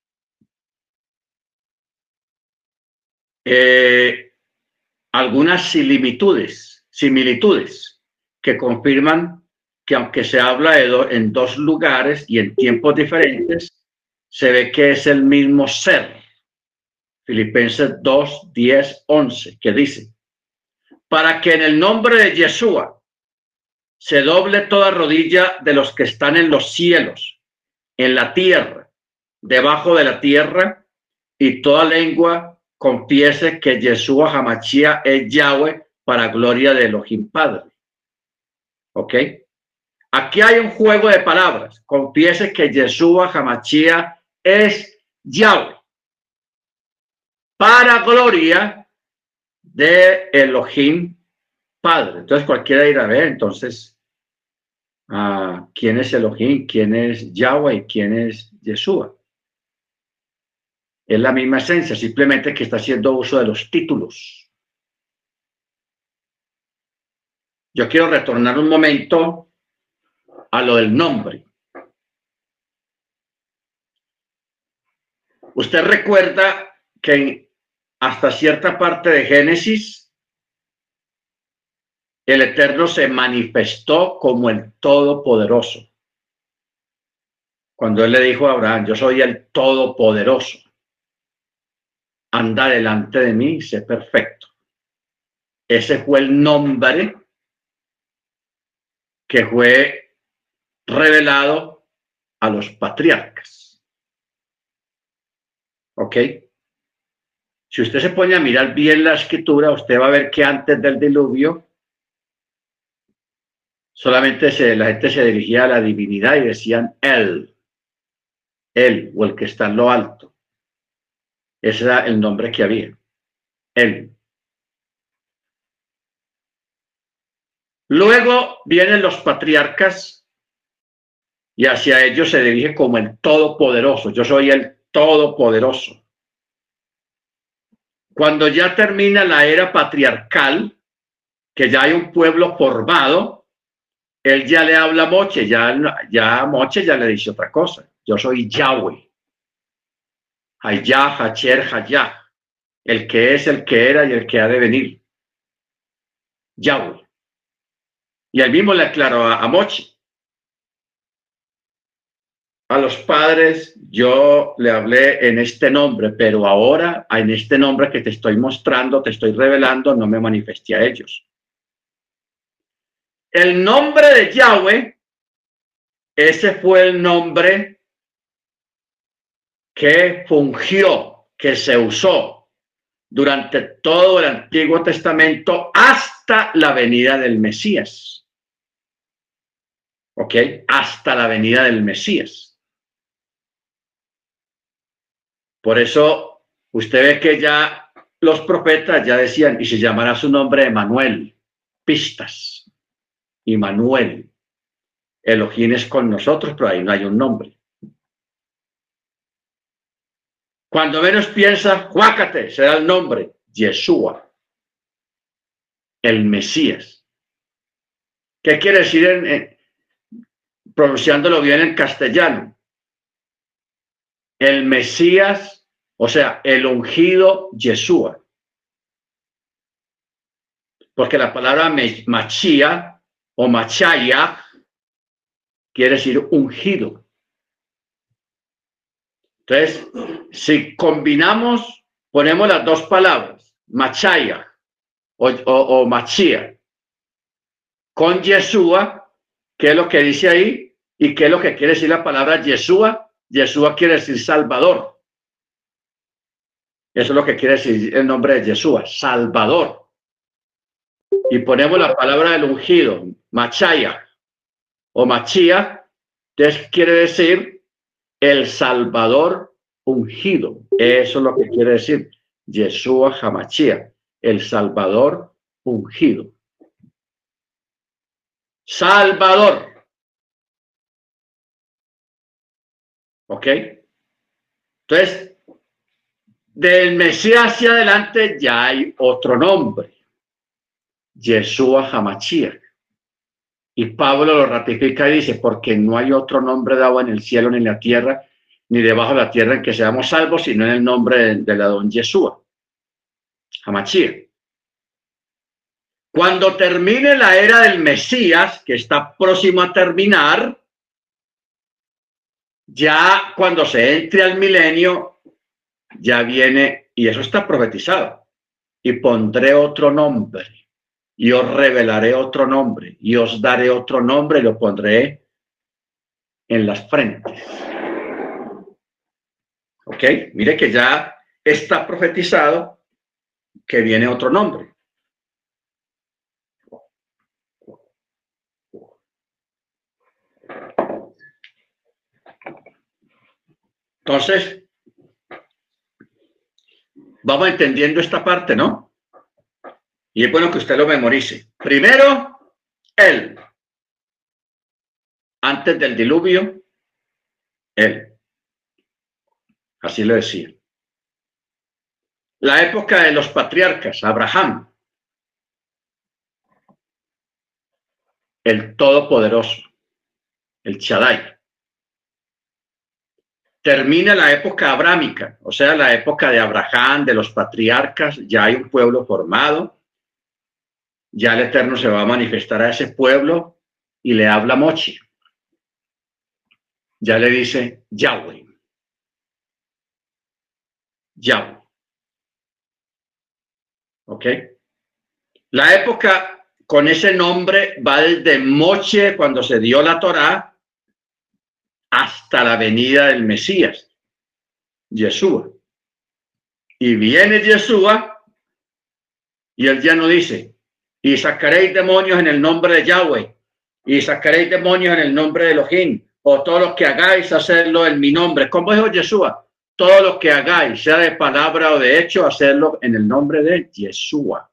[SPEAKER 1] algunas similitudes que confirman que aunque se habla en dos lugares y en tiempos diferentes, se ve que es el mismo ser. Filipenses 2, 10, 11, que dice, para que en el nombre de Yeshua se doble toda rodilla de los que están en los cielos, en la tierra, debajo de la tierra, y toda lengua confiese que Yeshua Hamashia es Yahweh para gloria de Elohim Padre. ¿Ok? Aquí hay un juego de palabras. Confiese que Yeshua Hamashia es Yahweh para gloria de Elohim Padre. Entonces cualquiera dirá, a ver, entonces, ¿quién es Elohim? ¿Quién es Yahweh? ¿Y quién es Yeshua? Es la misma esencia, simplemente que está haciendo uso de los títulos. Yo quiero retornar un momento a lo del nombre. Usted recuerda que hasta cierta parte de Génesis, el Eterno se manifestó como el Todopoderoso. Cuando Él le dijo a Abraham, yo soy el Todopoderoso. Anda delante de mí, sé perfecto. Ese fue el nombre que fue revelado a los patriarcas. ¿Ok? Si usted se pone a mirar bien la escritura, usted va a ver que antes del diluvio solamente la gente se dirigía a la divinidad y decían él o el que está en lo alto. Ese era el nombre que había, él. Luego vienen los patriarcas y hacia ellos se dirige como el Todopoderoso. Yo soy el Todopoderoso. Cuando ya termina la era patriarcal, que ya hay un pueblo formado, él ya le habla a Moche, ya Moche ya le dice otra cosa. Yo soy Yahweh. Hayah, Hacher, Hayah. El que es, el que era y el que ha de venir. Yahweh. Y él mismo le aclaró a Moche. a los padres yo le hablé en este nombre, pero ahora en este nombre que te estoy mostrando, te estoy revelando, no me manifesté a ellos. El nombre de Yahweh, ese fue el nombre que fungió, que se usó durante todo el Antiguo Testamento hasta la venida del Mesías. ¿Ok? Hasta la venida del Mesías. Por eso usted ve que ya los profetas ya decían, y se llamará su nombre Emanuel, pistas, Immanuel. Elohim es con nosotros, pero ahí no hay un nombre. Cuando menos piensa, Juácate, será el nombre, Yeshua, el Mesías. ¿Qué quiere decir pronunciándolo bien en castellano? El Mesías, o sea, el ungido Yeshua. Porque la palabra Machía o Machaya quiere decir ungido. Entonces, si combinamos, ponemos las dos palabras, Machaya o Machía, con Yeshua, ¿qué es lo que dice ahí? ¿Y qué es lo que quiere decir la palabra Yeshua? Yeshua quiere decir Salvador. Eso es lo que quiere decir el nombre de Yeshua, Salvador. Y ponemos la palabra del ungido, Machaya o Machía, entonces quiere decir el Salvador ungido. Eso es lo que quiere decir Yeshua Hamachía, el Salvador ungido. Salvador. ¿Ok? Entonces, del Mesías hacia adelante ya hay otro nombre. Yeshua Hamachía. Y Pablo lo ratifica y dice, porque no hay otro nombre dado en el cielo ni en la tierra, ni debajo de la tierra en que seamos salvos, sino en el nombre de la don Yeshua, Hamachía. Cuando termine la era del Mesías, que está próximo a terminar, ya cuando se entre al milenio, ya viene, y eso está profetizado, y pondré otro nombre, y os revelaré otro nombre, y os daré otro nombre, y lo pondré en las frentes. ¿Ok? Mire que ya está profetizado que viene otro nombre. Entonces, vamos entendiendo esta parte, ¿no? Y es bueno que usted lo memorice. Primero, él. Antes del diluvio, él. Así lo decía. La época de los patriarcas, Abraham. El Todopoderoso, el Shaddai. Termina la época abrámica, o sea, la época de Abraham, de los patriarcas, ya hay un pueblo formado, ya el Eterno se va a manifestar a ese pueblo y le habla Mochi. Ya le dice Yahweh. Yahweh. ¿Ok? La época con ese nombre va desde Moche, cuando se dio la Torá, hasta la venida del Mesías, Yeshua. Y viene Yeshua y él ya no dice, y sacaréis demonios en el nombre de Yahweh, y sacaréis demonios en el nombre de Elohim, o todo lo que hagáis, hacerlo en mi nombre. ¿Cómo dijo Yeshua? Todo lo que hagáis, sea de palabra o de hecho, hacerlo en el nombre de Yeshua.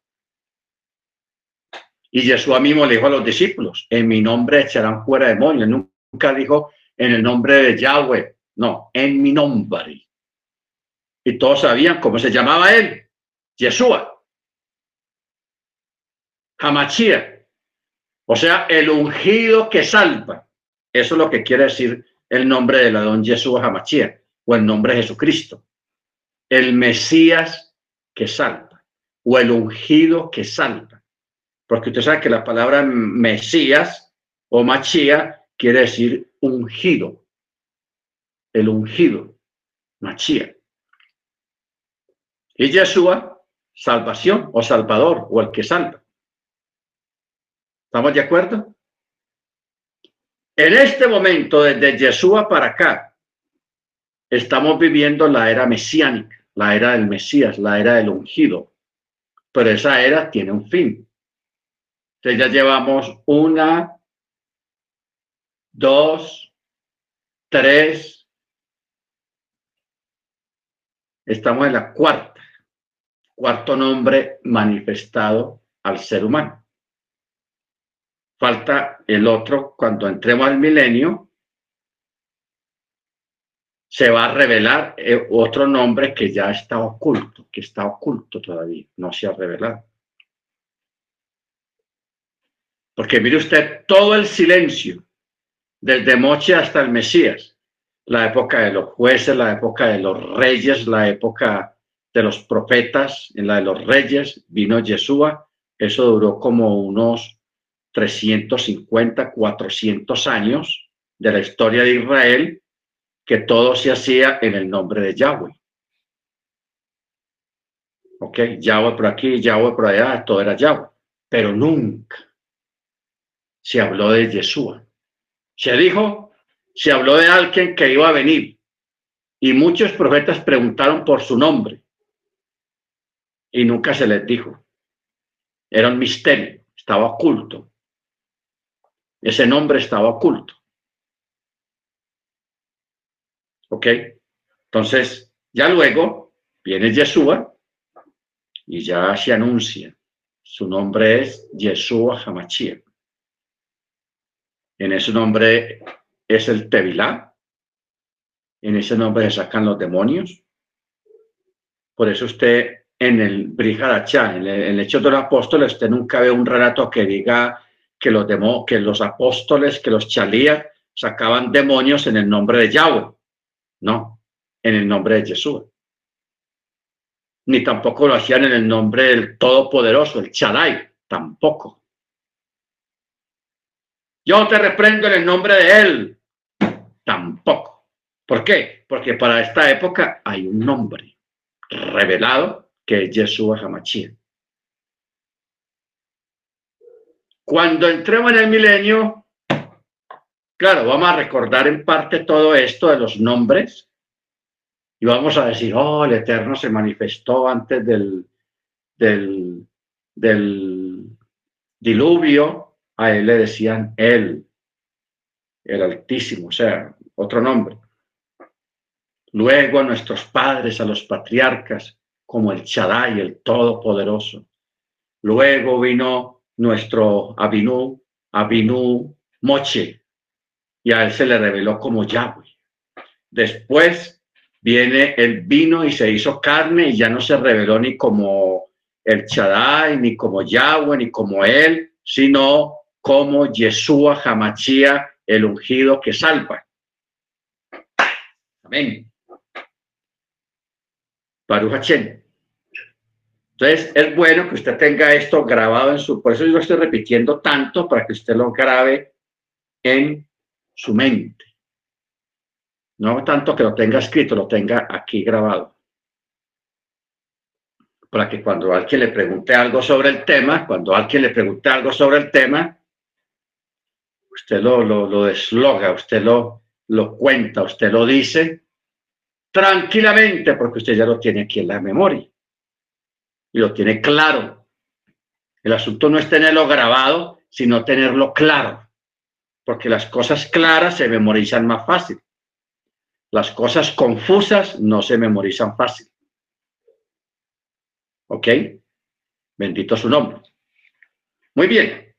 [SPEAKER 1] Y Yeshua mismo le dijo a los discípulos, en mi nombre echarán fuera demonios. Nunca dijo en el nombre de Yahweh, no, en mi nombre. Y todos sabían cómo se llamaba él, Yeshua, Hamachía, o sea, el ungido que salva. Eso es lo que quiere decir el nombre de la don Yeshua Hamachía, o el nombre de Jesucristo. El Mesías que salva, o el ungido que salva. Porque usted sabe que la palabra Mesías o Machía quiere decir ungido. el ungido, Mashiach. Y Yeshua, salvación o salvador o el que salva. ¿Estamos de acuerdo? En este momento, desde Yeshua para acá, estamos viviendo la era mesiánica, la era del Mesías, la era del ungido. Pero esa era tiene un fin. Entonces ya llevamos 1, 2, 3. Estamos en la cuarto nombre manifestado al ser humano. Falta el otro, cuando entremos al milenio, se va a revelar otro nombre que ya está oculto, todavía, no se ha revelado. Porque mire usted todo el silencio, desde Moche hasta el Mesías, la época de los jueces, la época de los reyes, la época de los profetas, en la de los reyes, vino Yeshua, eso duró como unos 350, 400 años de la historia de Israel, que todo se hacía en el nombre de Yahweh. Ok, Yahweh por aquí, Yahweh por allá, todo era Yahweh, pero nunca se habló de Yeshua. Se habló de alguien que iba a venir, y muchos profetas preguntaron por su nombre, y nunca se les dijo. Era un misterio, estaba oculto. Ese nombre estaba oculto. ¿Ok? Entonces, ya luego viene Yeshua y ya se anuncia. Su nombre es Yeshua Hamashiach. En ese nombre es el Tevilá. En ese nombre se sacan los demonios. Por eso usted en el Brit Hadashah, en el Hechos de los Apóstoles, usted nunca ve un relato que diga que los apóstoles, que los chalías sacaban demonios en el nombre de Yahweh. No, en el nombre de Yeshua. Ni tampoco lo hacían en el nombre del Todopoderoso, el Shaddai, tampoco. Yo te reprendo en el nombre de él, tampoco. ¿Por qué? Porque para esta época hay un nombre revelado que es Yeshua Hamashiach. Cuando entremos en el milenio, claro, vamos a recordar en parte todo esto de los nombres y vamos a decir, oh, el Eterno se manifestó antes del diluvio. A él le decían él, el Altísimo, o sea, otro nombre. Luego a nuestros padres, a los patriarcas, como el Shaddai, el Todopoderoso. Luego vino nuestro Abinú Moche, y a él se le reveló como Yahweh. Después viene el vino y se hizo carne y ya no se reveló ni como el Shaddai, ni como Yahweh, ni como él, sino como Yeshua Hamashiach, el ungido que salva. Amén. Baruch Hashem. Entonces, es bueno que usted tenga esto grabado en su... Por eso yo lo estoy repitiendo tanto, para que usted lo grabe en su mente. No tanto que lo tenga escrito, lo tenga aquí grabado. Para que cuando alguien le pregunte algo sobre el tema, usted lo desloga, usted lo cuenta, usted lo dice tranquilamente, porque usted ya lo tiene aquí en la memoria y lo tiene claro. El asunto no es tenerlo grabado, sino tenerlo claro, porque las cosas claras se memorizan más fácil. Las cosas confusas no se memorizan fácil. ¿Ok? Bendito su nombre. Muy bien.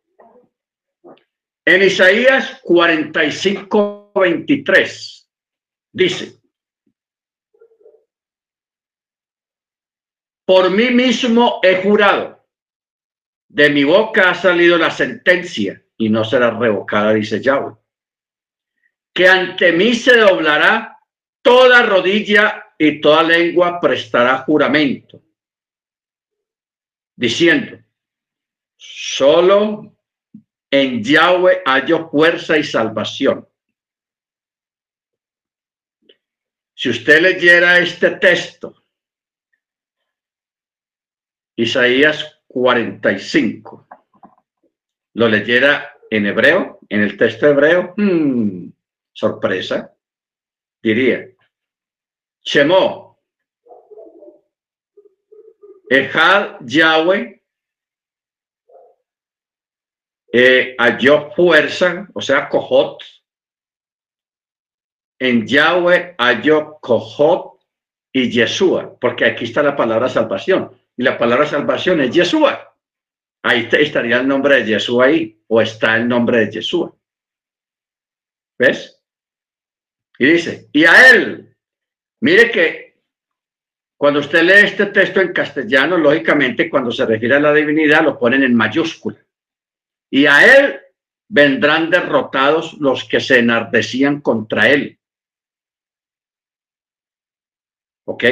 [SPEAKER 1] En Isaías 45:23 dice: por mí mismo he jurado, de mi boca ha salido la sentencia y no será revocada, dice Yahweh, que ante mí se doblará toda rodilla y toda lengua prestará juramento, diciendo: solo en Yahweh hallo fuerza y salvación. Si usted leyera este texto, Isaías 45, lo leyera en hebreo, en el texto hebreo, sorpresa, diría, Shemó, Ejad Yahweh, halló fuerza, o sea, Kohot, en Yahweh halló Kohot y Yeshua, porque aquí está la palabra salvación, y la palabra salvación es Yeshua. Ahí estaría el nombre de Yeshua ahí, o está el nombre de Yeshua. ¿Ves? Y dice, y a él, mire que cuando usted lee este texto en castellano, lógicamente cuando se refiere a la divinidad lo ponen en mayúscula. Y a él vendrán derrotados los que se enardecían contra él. ¿Ok?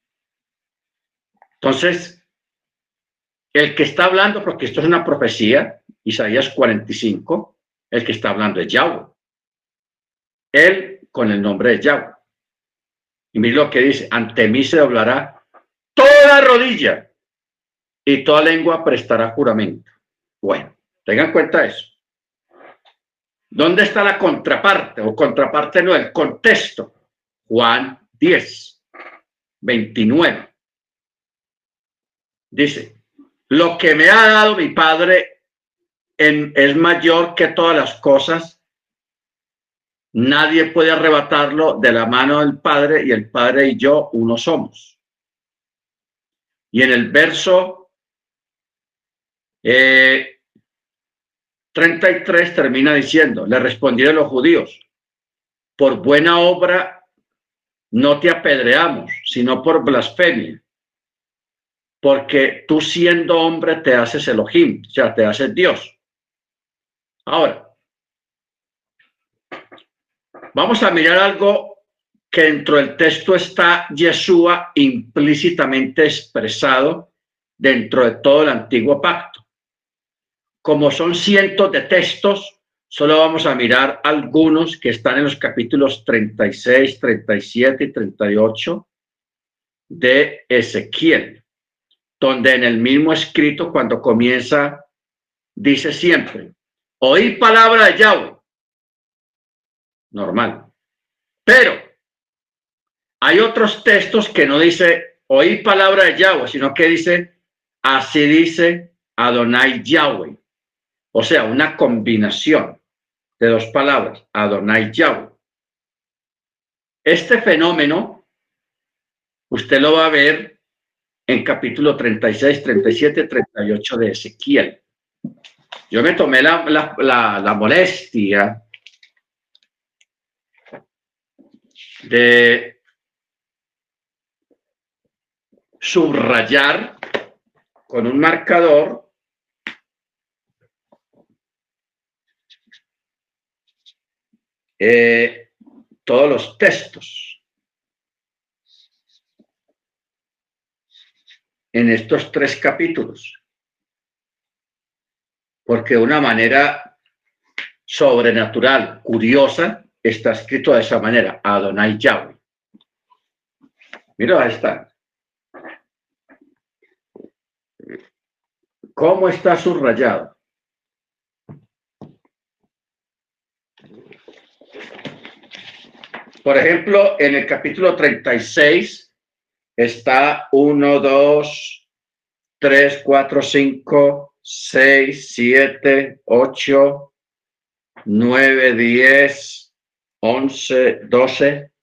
[SPEAKER 1] Entonces, el que está hablando, porque esto es una profecía, Isaías 45, el que está hablando es Yahweh. Él con el nombre de Yahweh. Y mire lo que dice, ante mí se doblará toda rodilla y toda lengua prestará juramento. Bueno, tengan en cuenta eso. ¿Dónde está la contraparte? O contraparte no, el contexto. Juan 10, 29. Dice, lo que me ha dado mi Padre es mayor que todas las cosas. Nadie puede arrebatarlo de la mano del Padre, y el Padre y yo uno somos. Y en el verso 33 termina diciendo, le respondieron los judíos, por buena obra no te apedreamos, sino por blasfemia, porque tú siendo hombre te haces Elohim, o sea, te haces Dios. Ahora, vamos a mirar algo que dentro del texto está Yeshua implícitamente expresado dentro de todo el antiguo pacto. Como son cientos de textos, solo vamos a mirar algunos que están en los capítulos 36, 37 y 38 de Ezequiel, donde en el mismo escrito, cuando comienza, dice siempre, oí palabra de Yahweh. Normal. Pero hay otros textos que no dice oí palabra de Yahweh, sino que dice así dice Adonai Yahweh. O sea, una combinación de dos palabras, Adonai Yahweh. Este fenómeno usted lo va a ver en capítulo 36, 37, 38 de Ezequiel. Yo me tomé la molestia de subrayar con un marcador todos los textos en estos tres capítulos, porque de una manera sobrenatural, curiosa, está escrito de esa manera, Adonai Yahweh. Mira, ahí está. ¿Cómo está subrayado? Por ejemplo, en el capítulo 36 está 1, 2, 3, 4, 5, 6, 7, 8, 9, 10, 11, 12,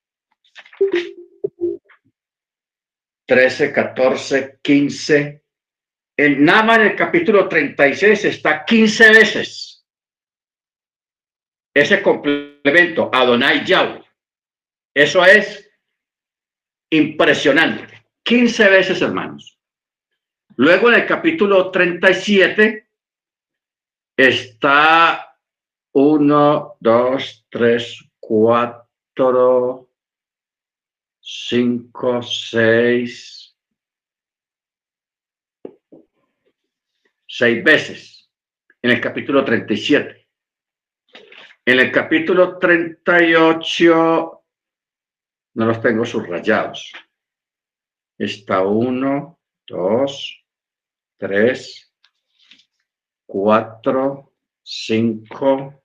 [SPEAKER 1] 13, 14, 15. Nada más en el capítulo 36 está 15 veces ese complemento, Adonai Yahweh. Eso es impresionante. 15 veces, hermanos. Luego en el capítulo 37 está 1, 2, 3, 4, 5, 6 veces en el capítulo 37. En el capítulo 38 No los tengo subrayados. Está 1, 2, 3, 4, 5,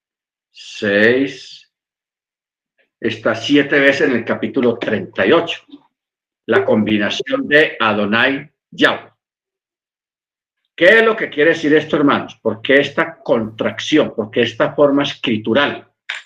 [SPEAKER 1] 6. Está 7 veces en el capítulo 38. La combinación de Adonai Yahweh. ¿Qué es lo que quiere decir esto, hermanos? ¿Por qué esta contracción? ¿Por qué esta forma escritural?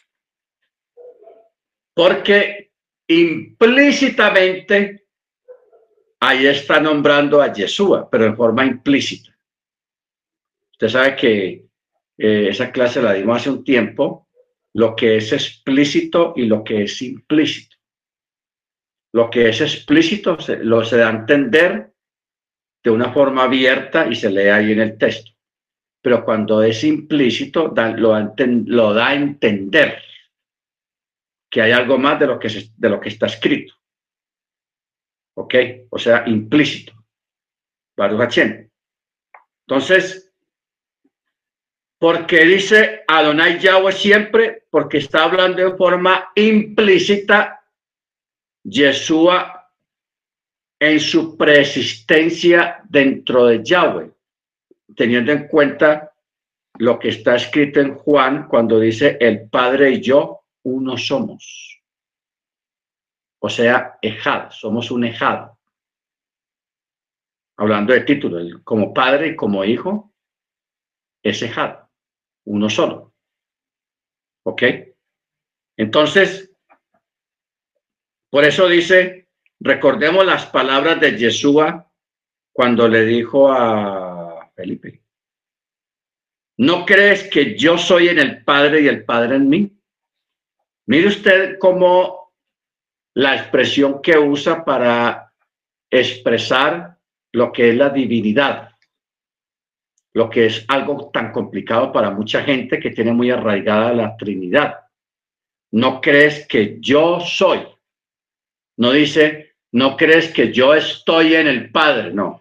[SPEAKER 1] Porque implícitamente ahí está nombrando a Yeshua, pero en forma implícita. Usted sabe que esa clase la dimos hace un tiempo, lo que es explícito y lo que es implícito. Lo que es explícito se da a entender de una forma abierta y se lee ahí en el texto. Pero cuando es implícito, lo da a entender que hay algo más de lo que está escrito. ¿Ok? O sea, implícito. Baruch Hashem. Entonces, ¿por qué dice Adonai Yahweh siempre? Porque está hablando de forma implícita Yeshua en su preexistencia dentro de Yahweh, teniendo en cuenta lo que está escrito en Juan cuando dice el Padre y yo uno somos. O sea, ejad, somos un ejad. Hablando de título, como padre y como hijo, es ejad, uno solo. ¿Ok? Entonces, por eso dice, recordemos las palabras de Yeshua cuando le dijo a Felipe, ¿no crees que yo soy en el Padre y el Padre en mí? Mire usted cómo la expresión que usa para expresar lo que es la divinidad, lo que es algo tan complicado para mucha gente que tiene muy arraigada la Trinidad. ¿No crees que yo soy? No dice, ¿no crees que yo estoy en el Padre? No.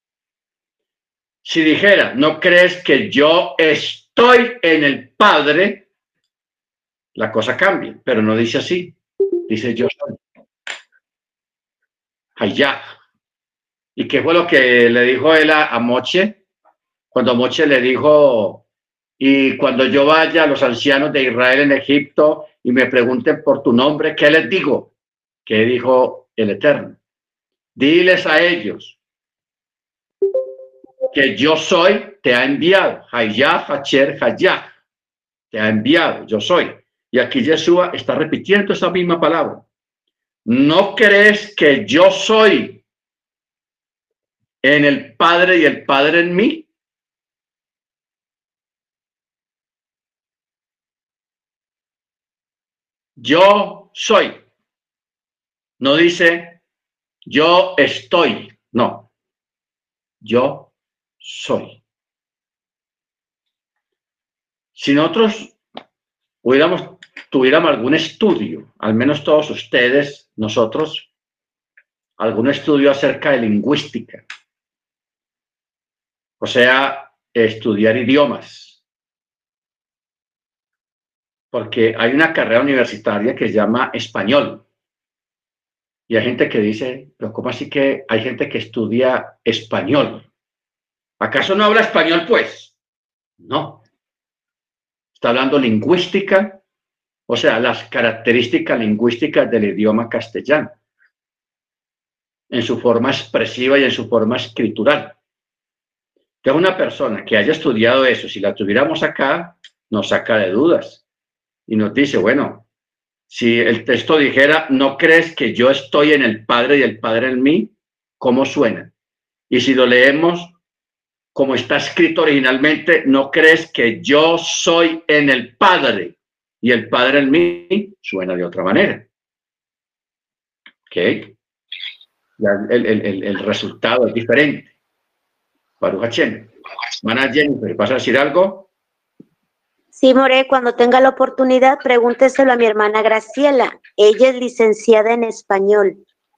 [SPEAKER 1] Si dijera, ¿no crees que yo estoy en el Padre? La cosa cambia, pero no dice así. Dice yo soy. Allá. ¿Y qué fue lo que le dijo él a Moche? Cuando Moche le dijo, y cuando yo vaya a los ancianos de Israel en Egipto y me pregunten por tu nombre, ¿qué les digo? ¿Qué dijo el Eterno? Diles a ellos que yo soy, te ha enviado. Hayah, Hacher, Hayah. Te ha enviado, yo soy. Y aquí Yeshua está repitiendo esa misma palabra. ¿No crees que yo soy en el Padre y el Padre en mí? Yo soy. No dice yo estoy. No. Yo soy. Si nosotros tuviéramos algún estudio, al menos todos ustedes, nosotros, algún estudio acerca de lingüística, o sea, estudiar idiomas, porque hay una carrera universitaria que se llama español, y hay gente que dice, pero ¿cómo así que hay gente que estudia español? ¿Acaso no habla español, pues? No. Está hablando lingüística, o sea, las características lingüísticas del idioma castellano, en su forma expresiva y en su forma escritural. Que una persona que haya estudiado eso, si la tuviéramos acá, nos saca de dudas y nos dice, bueno, si el texto dijera, ¿no crees que yo estoy en el Padre y el Padre en mí? ¿Cómo suena? Y si lo leemos como está escrito originalmente, ¿no crees que yo soy en el Padre y el Padre en mí? Suena de otra manera. ¿Ok? Ya el resultado es diferente. Baruch Hashem. Mana Jennifer, ¿vas a decir algo?
[SPEAKER 2] Sí, More, cuando tenga la oportunidad, pregúnteselo a mi hermana Graciela. Ella es licenciada en español.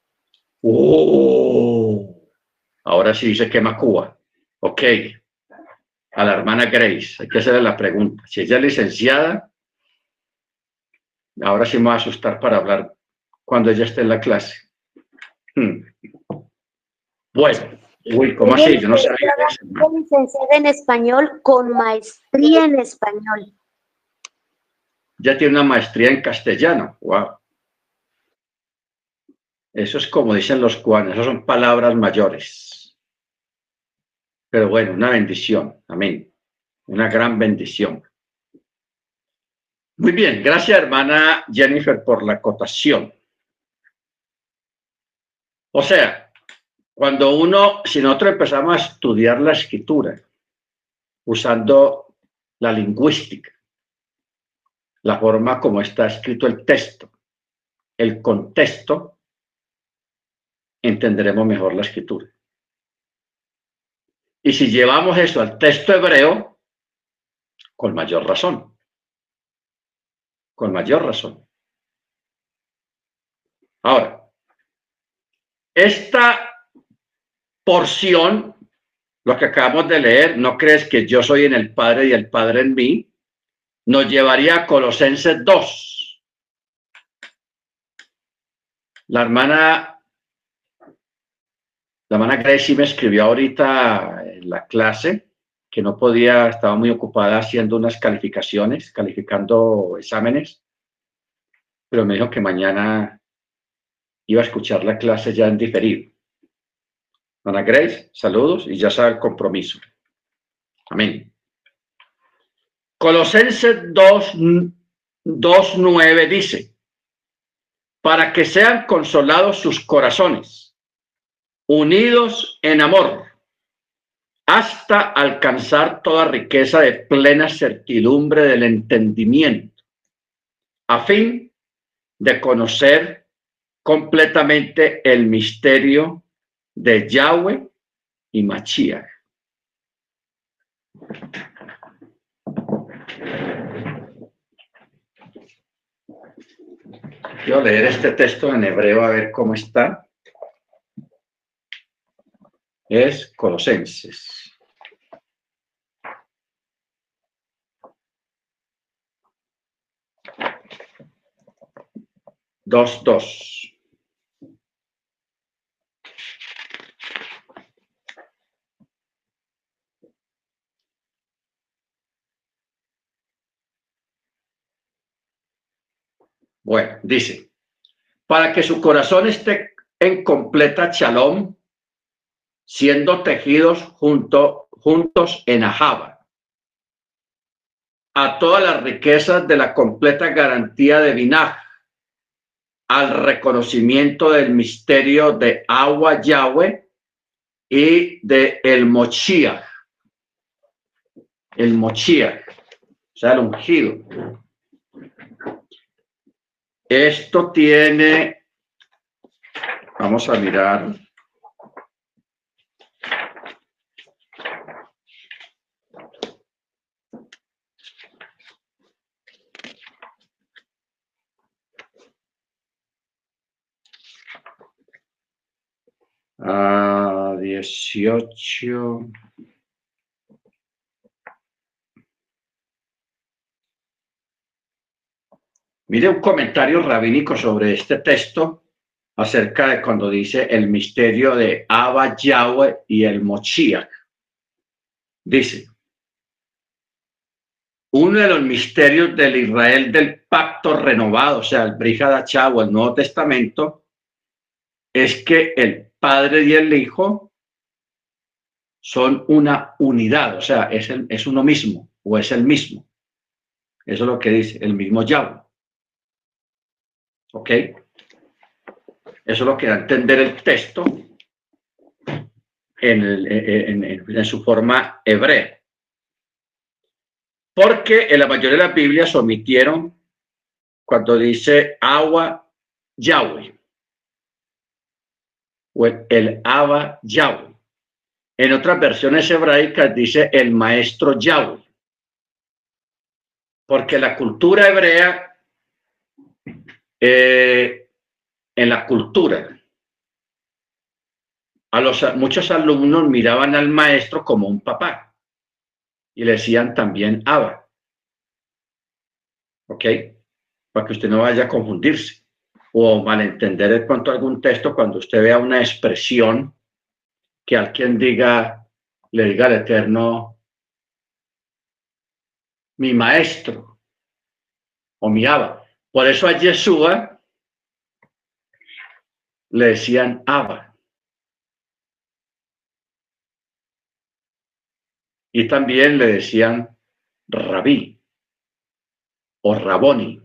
[SPEAKER 1] Ahora sí se quema Cuba. Ok. A la hermana Grace, hay que hacerle la pregunta. Si ella es licenciada, ahora sí me va a asustar para hablar cuando ella esté en la clase. Bueno, uy, ¿cómo así? Yo no sabía eso.
[SPEAKER 2] Es licenciada en español con maestría en español.
[SPEAKER 1] Ya tiene una maestría en castellano. Wow. Eso es como dicen los cubanos, eso son palabras mayores. Pero bueno, una bendición. Amén. Una gran bendición. Muy bien, gracias hermana Jennifer por la acotación. O sea, si nosotros empezamos a estudiar la escritura usando la lingüística, la forma como está escrito el texto, el contexto, entenderemos mejor la escritura. Y si llevamos eso al texto hebreo, con mayor razón. Con mayor razón. Ahora, esta porción, lo que acabamos de leer, no crees que yo soy en el Padre y el Padre en mí, nos llevaría a Colosenses 2. La hermana Gracie me escribió ahorita en la clase que no podía, estaba muy ocupada haciendo unas calificaciones, calificando exámenes, pero me dijo que mañana iba a escuchar la clase ya en diferido. Ana Grace, saludos y ya sabe el compromiso. Amén. Colosenses 2:9 dice, para que sean consolados sus corazones, unidos en amor, hasta alcanzar toda riqueza de plena certidumbre del entendimiento, a fin de conocer completamente el misterio de Yahweh y Mashiach. Quiero leer este texto en hebreo a ver cómo está. Es Colosenses. Dos. Bueno, dice, para que su corazón esté en completa shalom, siendo tejidos juntos en Ahava, a todas las riquezas de la completa garantía de Binah, al reconocimiento del misterio de Agua Yahweh y de el Moshiach, o sea, el ungido. Esto tiene, vamos a mirar. A 18. Mire un comentario rabínico sobre este texto acerca de cuando dice el misterio de Abba Yahweh y el Moshiach. Dice, uno de los misterios del Israel del pacto renovado, o sea, el Brit Hadashah o el Nuevo Testamento, es que el Padre y el Hijo son una unidad, o sea, es uno mismo o es el mismo. Eso es lo que dice, el mismo Yahweh. ¿Ok? Eso es lo que da a entender el texto en su forma hebrea. Porque en la mayoría de las Biblias omitieron cuando dice agua Yahweh o el Abba Yahweh. En otras versiones hebraicas dice el maestro Yahweh. Porque la cultura hebrea, en la cultura, muchos alumnos miraban al maestro como un papá y le decían también Abba. ¿Ok? Para que usted no vaya a confundirse. o malentender en cuanto a algún texto cuando usted vea una expresión que alguien diga, le diga al Eterno, mi maestro o mi Abba. Por eso a Yeshua le decían Abba. Y también le decían Rabí o Raboni.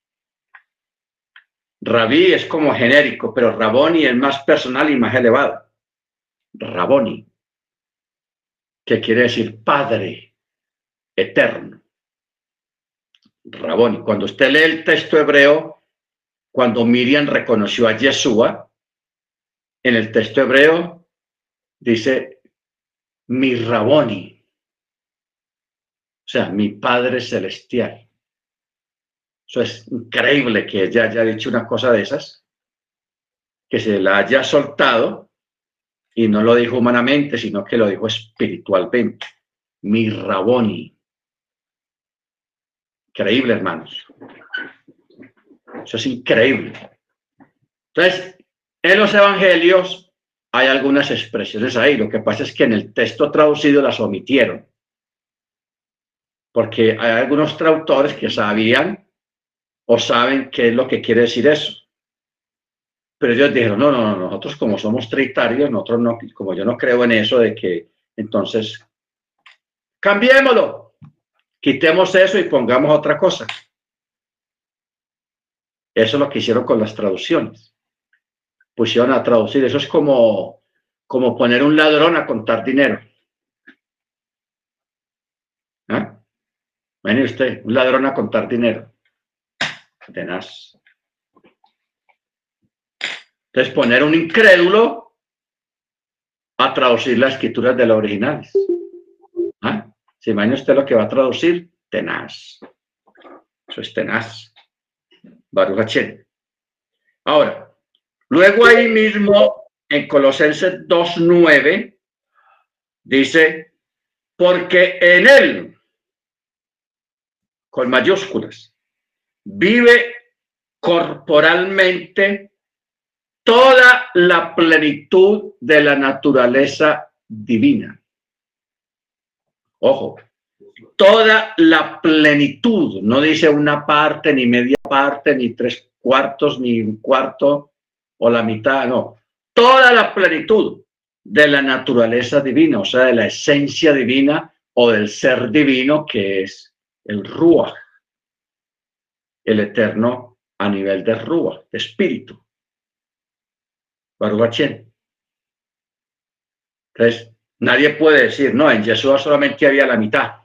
[SPEAKER 1] Rabí es como genérico, pero Raboni es más personal y más elevado. Raboni, que quiere decir Padre eterno. Raboni. Cuando usted lee el texto hebreo, cuando Miriam reconoció a Yeshua, en el texto hebreo dice mi Raboni, o sea, mi Padre celestial. Eso es increíble que ella haya dicho una cosa de esas, que se la haya soltado y no lo dijo humanamente, sino que lo dijo espiritualmente. Mi Raboni. Increíble, hermanos. Eso es increíble. Entonces, en los evangelios hay algunas expresiones ahí. Lo que pasa es que en el texto traducido las omitieron. Porque hay algunos traductores que sabían o saben qué es lo que quiere decir eso. Pero ellos dijeron, no, nosotros como somos trinitarios, nosotros no, como yo no creo en eso de que, entonces, cambiémoslo, quitemos eso y pongamos otra cosa. Eso es lo que hicieron con las traducciones. Pusieron a traducir, eso es como poner un ladrón a contar dinero. ¿Ah? Ven usted, un ladrón a contar dinero. Tenaz. Entonces, poner un incrédulo a traducir las escrituras de los originales. ¿Ah? ¿Se imagina usted lo que va a traducir? Tenaz. Eso es tenaz. Baruch Hashem. Ahora, luego ahí mismo, en Colosenses 2:9, dice, porque en él, con mayúsculas, vive corporalmente toda la plenitud de la naturaleza divina. Ojo, toda la plenitud, no dice una parte, ni media parte, ni 3/4, ni 1/4 o la mitad, no. Toda la plenitud de la naturaleza divina, o sea, de la esencia divina o del ser divino que es el Ruach, el eterno a nivel de Ruach, de espíritu. Baruch Hashem. Entonces, nadie puede decir, no, en Yeshua solamente había la mitad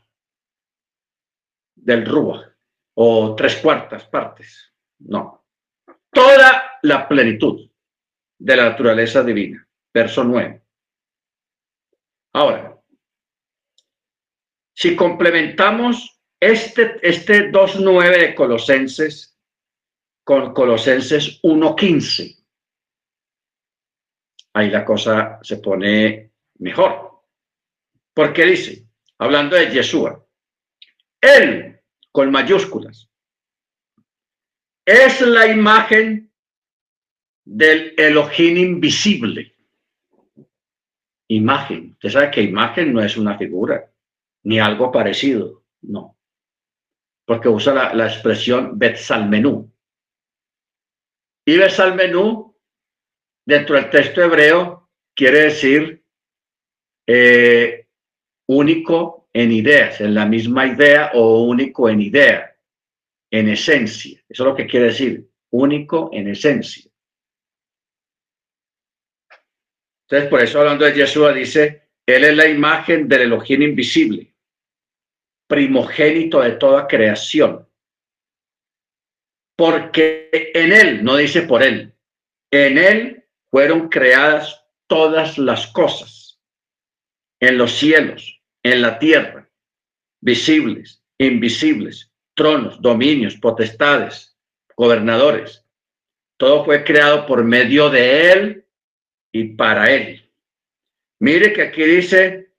[SPEAKER 1] del Ruach o 3/4 partes. No. Toda la plenitud de la naturaleza divina. Verso 9. Ahora, si complementamos este 2:9 de Colosenses con Colosenses 1:15, ahí la cosa se pone mejor. Porque dice, hablando de Yeshua, él, con mayúsculas, es la imagen del Elohim invisible. Imagen. Usted sabe que imagen no es una figura, ni algo parecido, no. Porque usa la expresión Betzalmenú. Y Betzalmenú, dentro del texto hebreo, quiere decir único en ideas, en la misma idea o único en idea, en esencia. Eso es lo que quiere decir, único en esencia. Entonces, por eso hablando de Yeshua dice, él es la imagen del Elohim invisible, primogénito de toda creación. Porque en él, no dice por él, en él fueron creadas todas las cosas, en los cielos, en la tierra, visibles, invisibles, tronos, dominios, potestades, gobernadores. Todo fue creado por medio de él y para él. Mire que aquí dice,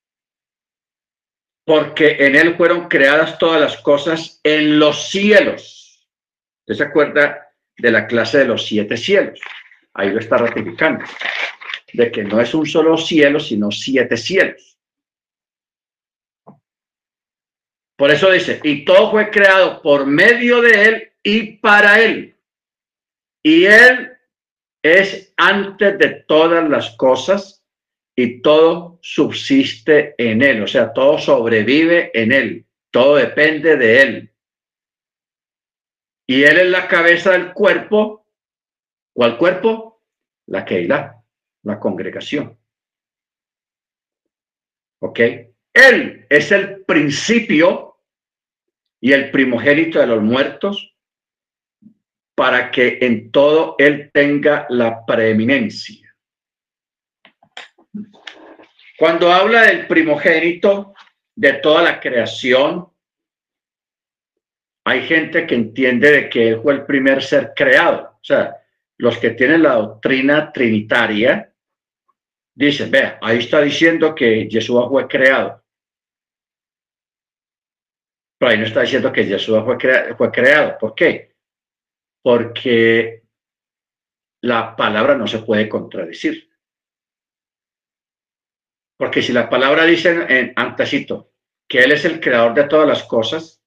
[SPEAKER 1] porque en él fueron creadas todas las cosas en los cielos. ¿Usted se acuerda de la clase de los 7 cielos. Ahí lo está ratificando, de que no es un solo cielo, sino 7 cielos. Por eso dice, y todo fue creado por medio de él y para él. Y él es antes de todas las cosas y todo subsiste en él. O sea, todo sobrevive en él. Todo depende de él. Y él es la cabeza del cuerpo. ¿Cuál cuerpo? La Keilah, la congregación. ¿Ok? Él es el principio y el primogénito de los muertos, para que en todo él tenga la preeminencia. Cuando habla del primogénito de toda la creación, hay gente que entiende de que él fue el primer ser creado. O sea, los que tienen la doctrina trinitaria dicen, vea, ahí está diciendo que Yeshua fue creado. Pero ahí no está diciendo que Yeshua fue creado. ¿Por qué? Porque la palabra no se puede contradecir. Porque si la palabra dice en antecito que él es el creador de todas las cosas,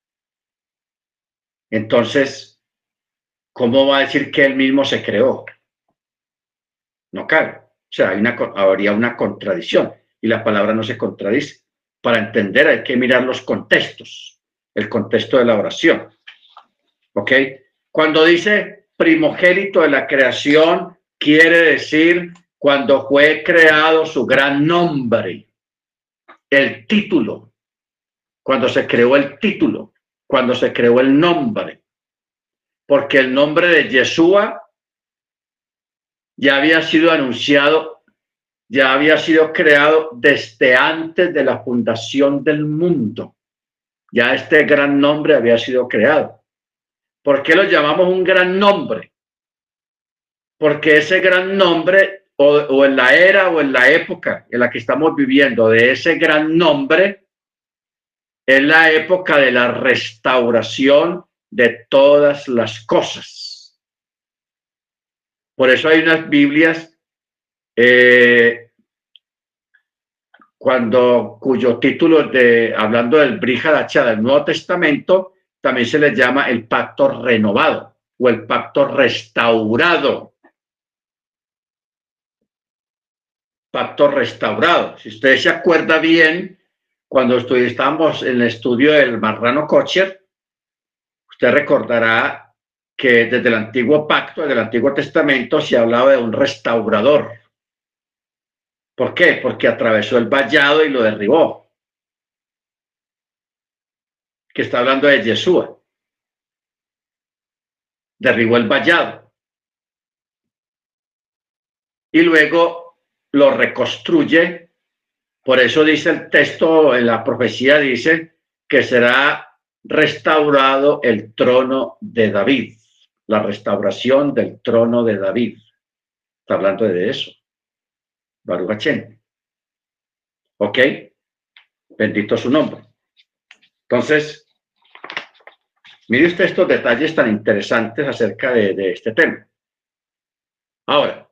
[SPEAKER 1] entonces, ¿cómo va a decir que él mismo se creó? No cabe. O sea, habría una contradicción y la palabra no se contradice. Para entender hay que mirar los contextos, el contexto de la oración. ¿Ok? Cuando dice primogénito de la creación, quiere decir cuando fue creado su gran nombre, el título, cuando se creó el título, cuando se creó el nombre, porque el nombre de Yeshua ya había sido anunciado, ya había sido creado desde antes de la fundación del mundo. Ya este gran nombre había sido creado. ¿Por qué lo llamamos un gran nombre? Porque ese gran nombre, o en la era o en la época en la que estamos viviendo, de ese gran nombre, es la época de la restauración de todas las cosas. Por eso hay unas Biblias cuyo título hablando del Brit Hadashah del Nuevo Testamento, también se le llama el pacto renovado o el pacto restaurado. Pacto restaurado. Si usted se acuerda bien, cuando estábamos en el estudio del marrano kosher, usted recordará que desde el antiguo pacto, desde el Antiguo Testamento, se hablaba de un restaurador. ¿Por qué? Porque atravesó el vallado y lo derribó. Que está hablando de Yeshua. Derribó el vallado. Y luego lo reconstruye. Por eso dice el texto, en la profecía dice que será restaurado el trono de David. La restauración del trono de David. Está hablando de eso. Baruch Hashem. ¿Ok? Bendito su nombre. Entonces, mire usted estos detalles tan interesantes acerca de este tema. Ahora,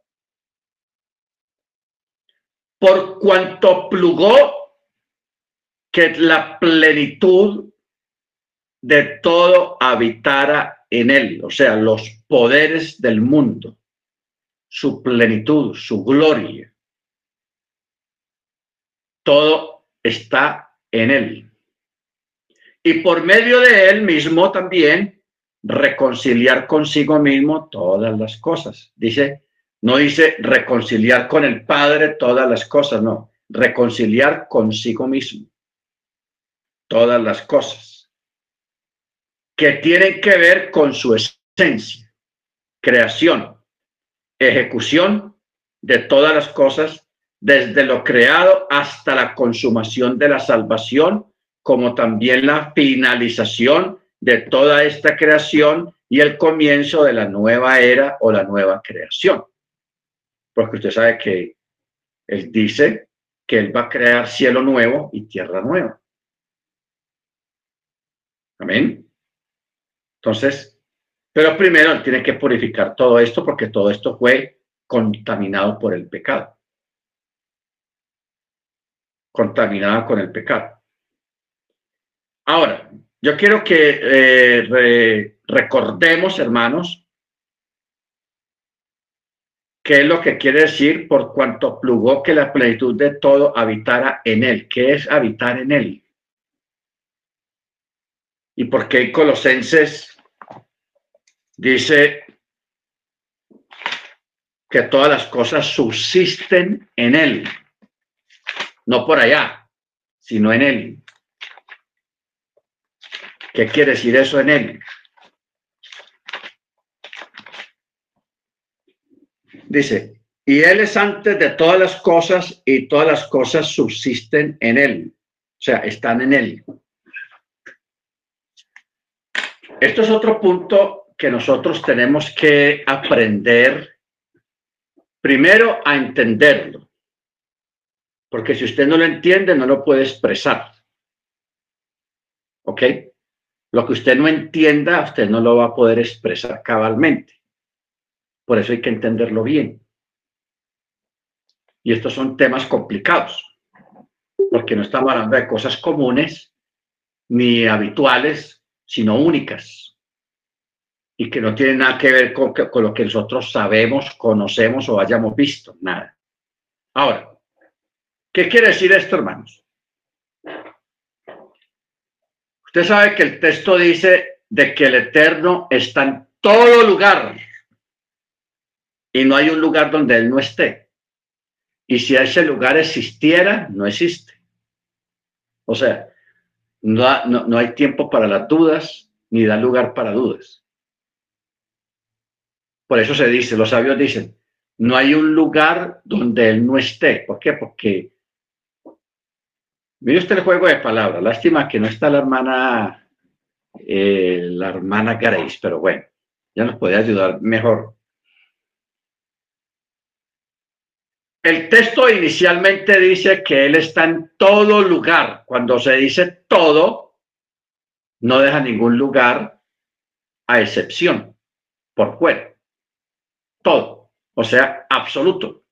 [SPEAKER 1] por cuanto plugó que la plenitud de todo habitara en él, o sea, los poderes del mundo, su plenitud, su gloria, todo está en él. Y por medio de él mismo también reconciliar consigo mismo todas las cosas. No dice reconciliar con el Padre todas las cosas, no, reconciliar consigo mismo todas las cosas que tienen que ver con su esencia, creación, ejecución de todas las cosas, desde lo creado hasta la consumación de la salvación, como también la finalización de toda esta creación y el comienzo de la nueva era o la nueva creación. Porque usted sabe que él dice que él va a crear cielo nuevo y tierra nueva. Amén. Entonces, Pero primero él tiene que purificar todo esto porque todo esto fue contaminado por el pecado. Contaminada con el pecado. Ahora, yo quiero que recordemos, hermanos, qué es lo que quiere decir por cuanto plugó que la plenitud de todo habitara en él. ¿Qué es habitar en él? ¿Y por qué en Colosenses dice que todas las cosas subsisten en él? No por allá, sino en él. ¿Qué quiere decir eso en él? Dice, y él es antes de todas las cosas y todas las cosas subsisten en él. O sea, están en él. Esto es otro punto que nosotros tenemos que aprender primero a entenderlo. Porque si usted no lo entiende, no lo puede expresar. ¿Ok? Lo que usted no entienda, usted no lo va a poder expresar cabalmente. Por eso hay que entenderlo bien. Y estos son temas complicados, porque no estamos hablando de cosas comunes ni habituales, sino únicas. Y que no tienen nada que ver con lo que nosotros sabemos, conocemos o hayamos visto. Nada. Ahora, ¿qué quiere decir esto, hermanos? Usted sabe que el texto dice de que el Eterno está en todo lugar y no hay un lugar donde Él no esté. Y si ese lugar existiera, no existe. O sea, no hay tiempo para las dudas, ni da lugar para dudas. Por eso se dice, los sabios dicen, no hay un lugar donde Él no esté. ¿Por qué? Porque, mire usted el juego de palabras. Lástima que no está la hermana Grace, pero bueno, ya nos puede ayudar mejor. El texto inicialmente dice que Él está en todo lugar. Cuando se dice todo, no deja ningún lugar a excepción, por fuera. Todo, o sea, absoluto.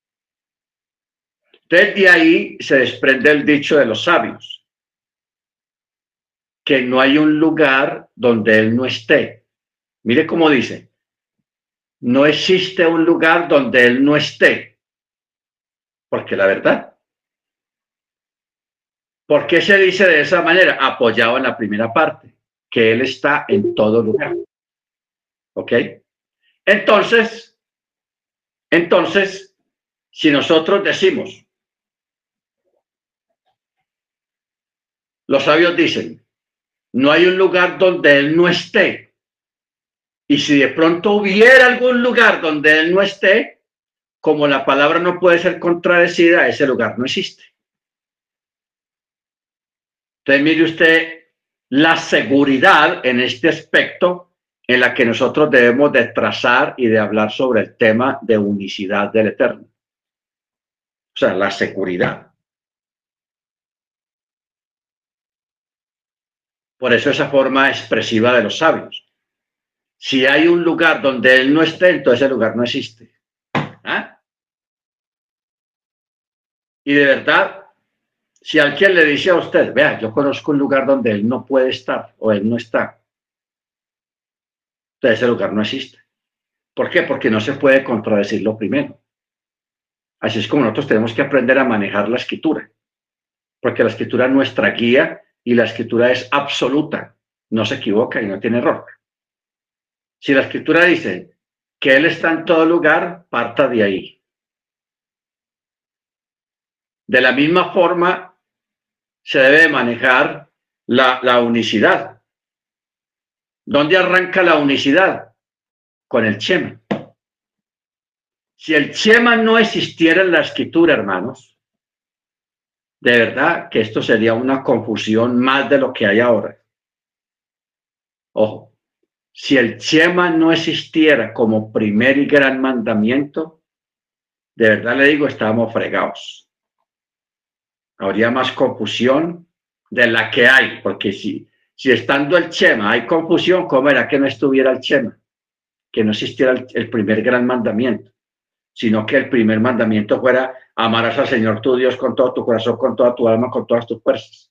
[SPEAKER 1] Desde ahí se desprende el dicho de los sabios, que no hay un lugar donde Él no esté. Mire cómo dice, no existe un lugar donde Él no esté. Porque la verdad, ¿por qué se dice de esa manera? Apoyado en la primera parte, que Él está en todo lugar. ¿Ok? Entonces, si nosotros decimos, los sabios dicen, no hay un lugar donde Él no esté. Y si de pronto hubiera algún lugar donde Él no esté, como la palabra no puede ser contradecida, ese lugar no existe. Entonces, mire usted la seguridad en este aspecto en la que nosotros debemos de trazar y de hablar sobre el tema de unicidad del Eterno. O sea, la seguridad. Por eso esa forma expresiva de los sabios. Si hay un lugar donde Él no esté, entonces el lugar no existe. ¿Ah? Y de verdad, si alguien le dice a usted, vea, yo conozco un lugar donde Él no puede estar o Él no está, entonces ese lugar no existe. ¿Por qué? Porque no se puede contradecir lo primero. Así es como nosotros tenemos que aprender a manejar la escritura, porque la escritura es nuestra guía y la escritura es absoluta, no se equivoca y no tiene error. Si la escritura dice que Él está en todo lugar, parta de ahí. De la misma forma, se debe manejar la unicidad. ¿Dónde arranca la unicidad? Con el Shema. Si el Shema no existiera en la escritura, hermanos, de verdad que esto sería una confusión más de lo que hay ahora. Ojo, si el Shema no existiera como primer y gran mandamiento, de verdad le digo, estábamos fregados. Habría más confusión de la que hay, porque si Si estando el Shema hay confusión, ¿cómo era que no estuviera el Shema? Que no existiera el primer gran mandamiento, sino que el primer mandamiento fuera amarás al Señor tu Dios con todo tu corazón, con toda tu alma, con todas tus fuerzas.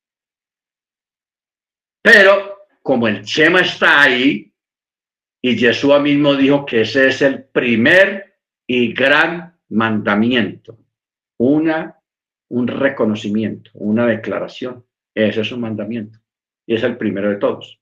[SPEAKER 1] Pero como el Shema está ahí, y Yeshua mismo dijo que ese es el primer y gran mandamiento, un reconocimiento, una declaración. Ese es un mandamiento y es el primero de todos.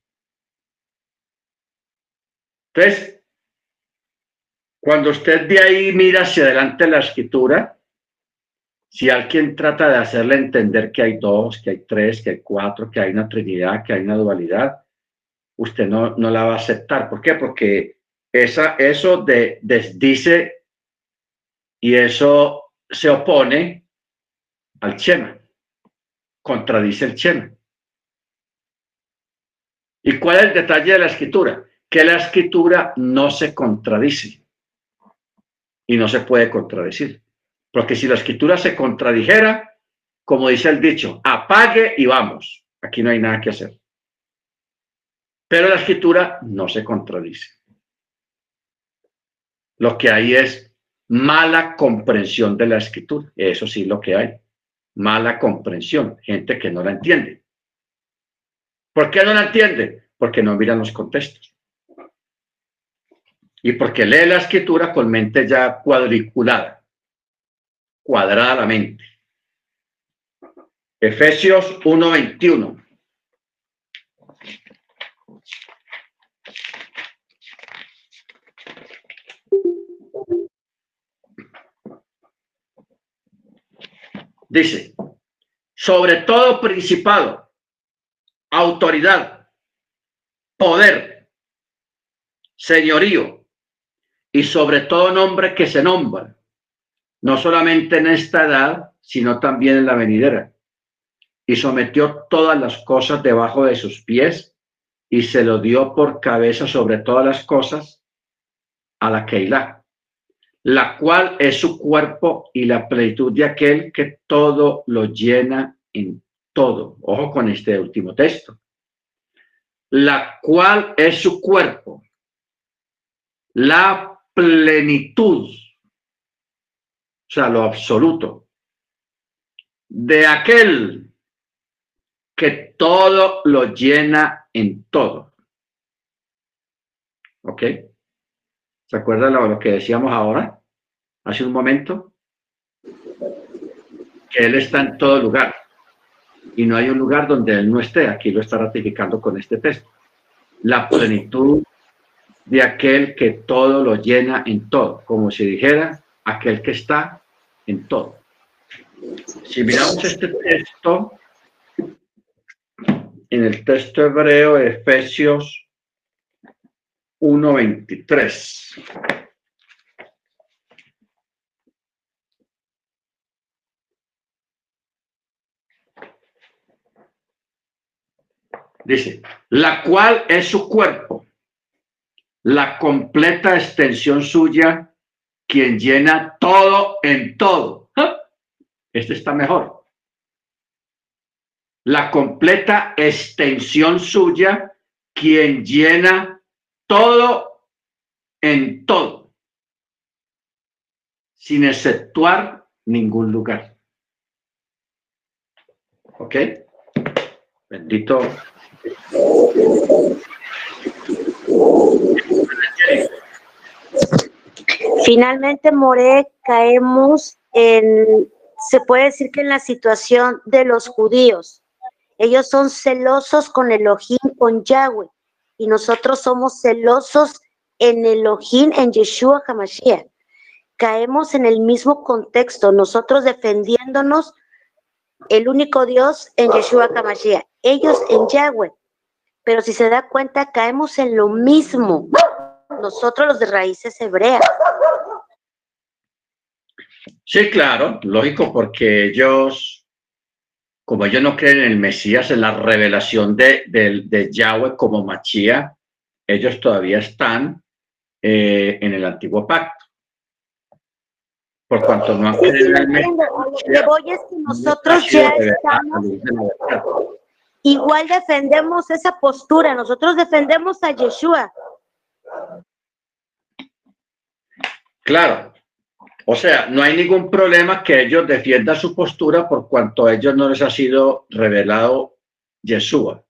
[SPEAKER 1] Entonces, cuando usted de ahí mira hacia adelante la escritura, si alguien trata de hacerle entender que hay dos, que hay tres, que hay cuatro, que hay una trinidad, que hay una dualidad, usted no la va a aceptar. ¿Por qué? Porque eso desdice y eso se opone al Shema, contradice el Shema. ¿Y cuál es el detalle de la escritura? Que la escritura no se contradice y no se puede contradecir. Porque si la escritura se contradijera, como dice el dicho, apague y vamos. Aquí no hay nada que hacer. Pero la escritura no se contradice. Lo que hay es mala comprensión de la escritura. Eso sí lo que hay. Mala comprensión. Gente que no la entiende. ¿Por qué no la entiende? Porque no miran los contextos. Y porque lee la escritura con mente ya cuadriculada. Cuadrada la mente. Efesios 1:21. Dice, sobre todo principado, autoridad, poder, señorío y sobre todo nombre que se nombra, no solamente en esta edad, sino también en la venidera. Y sometió todas las cosas debajo de sus pies y se lo dio por cabeza sobre todas las cosas a la Keilah, la cual es su cuerpo y la plenitud de aquel que todo lo llena en todo. Ojo con este último texto. La cual es su cuerpo, la plenitud, o sea, lo absoluto, de aquel que todo lo llena en todo. ¿Ok? ¿Se acuerdan lo que decíamos ahora, hace un momento? Que Él está en todo lugar y no hay un lugar donde Él no esté. Aquí lo está ratificando con este texto. La plenitud de aquel que todo lo llena en todo, como si dijera aquel que está en todo. Si miramos este texto, en el texto hebreo de Efesios 1:23. Dice, la cual es su cuerpo, la completa extensión suya, quien llena todo en todo. Este está mejor. La completa extensión suya, quien llena todo en todo, sin exceptuar ningún lugar. ¿Ok? Bendito.
[SPEAKER 2] Finalmente, More, caemos se puede decir que en la situación de los judíos. Ellos son celosos con Elohim, con Yahweh, y nosotros somos celosos en Elohim, en Yeshua HaMashiach. Caemos en el mismo contexto, nosotros defendiéndonos el único Dios en Yeshua HaMashiach, ellos en Yahweh. Pero si se da cuenta, caemos en lo mismo, nosotros los de raíces hebreas.
[SPEAKER 1] Sí, claro, lógico, porque ellos, como ellos no creen en el Mesías, en la revelación de Yahweh como Mashiach, ellos todavía están en el antiguo pacto. Por cuanto no han creído en el Mesías.
[SPEAKER 2] Lo que voy es que nosotros ya estamos. igual defendemos esa postura. Nosotros defendemos a Yeshua.
[SPEAKER 1] Claro. O sea, no hay ningún problema que ellos defiendan su postura por cuanto a ellos no les ha sido revelado Yeshua.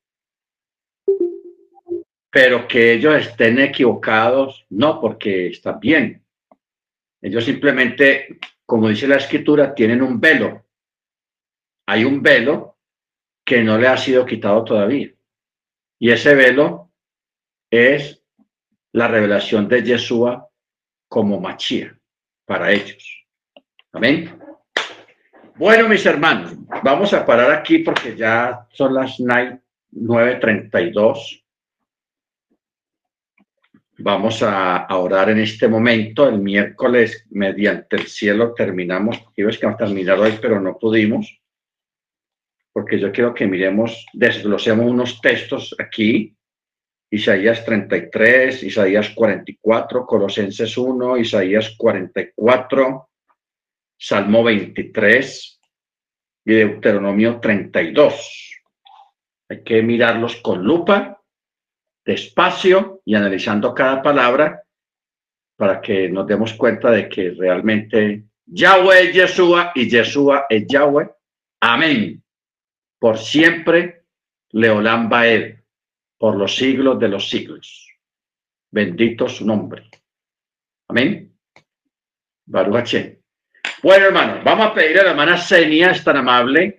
[SPEAKER 1] Pero que ellos estén equivocados, no, porque están bien. Ellos simplemente, como dice la Escritura, tienen un velo. Hay un velo que no le ha sido quitado todavía. Y ese velo es la revelación de Yeshua como Mashiach para ellos. Amén. Bueno, mis hermanos, vamos a parar aquí porque ya son las 9:32. Vamos a orar en este momento. El miércoles, mediante el cielo, terminamos. Iba a terminar hoy, pero no pudimos. Porque yo quiero que miremos, desglosemos unos textos aquí. Isaías 33, Isaías 44, Colosenses 1, Isaías 44, Salmo 23 y Deuteronomio 32. Hay que mirarlos con lupa, despacio y analizando cada palabra para que nos demos cuenta de que realmente Yahweh es Yeshua y Yeshua es Yahweh. Amén. Por siempre, Leolam Baed, por los siglos de los siglos. Bendito su nombre. Amén. Baruch Hashem. Bueno, hermanos, vamos a pedir a la hermana Senia, es tan amable,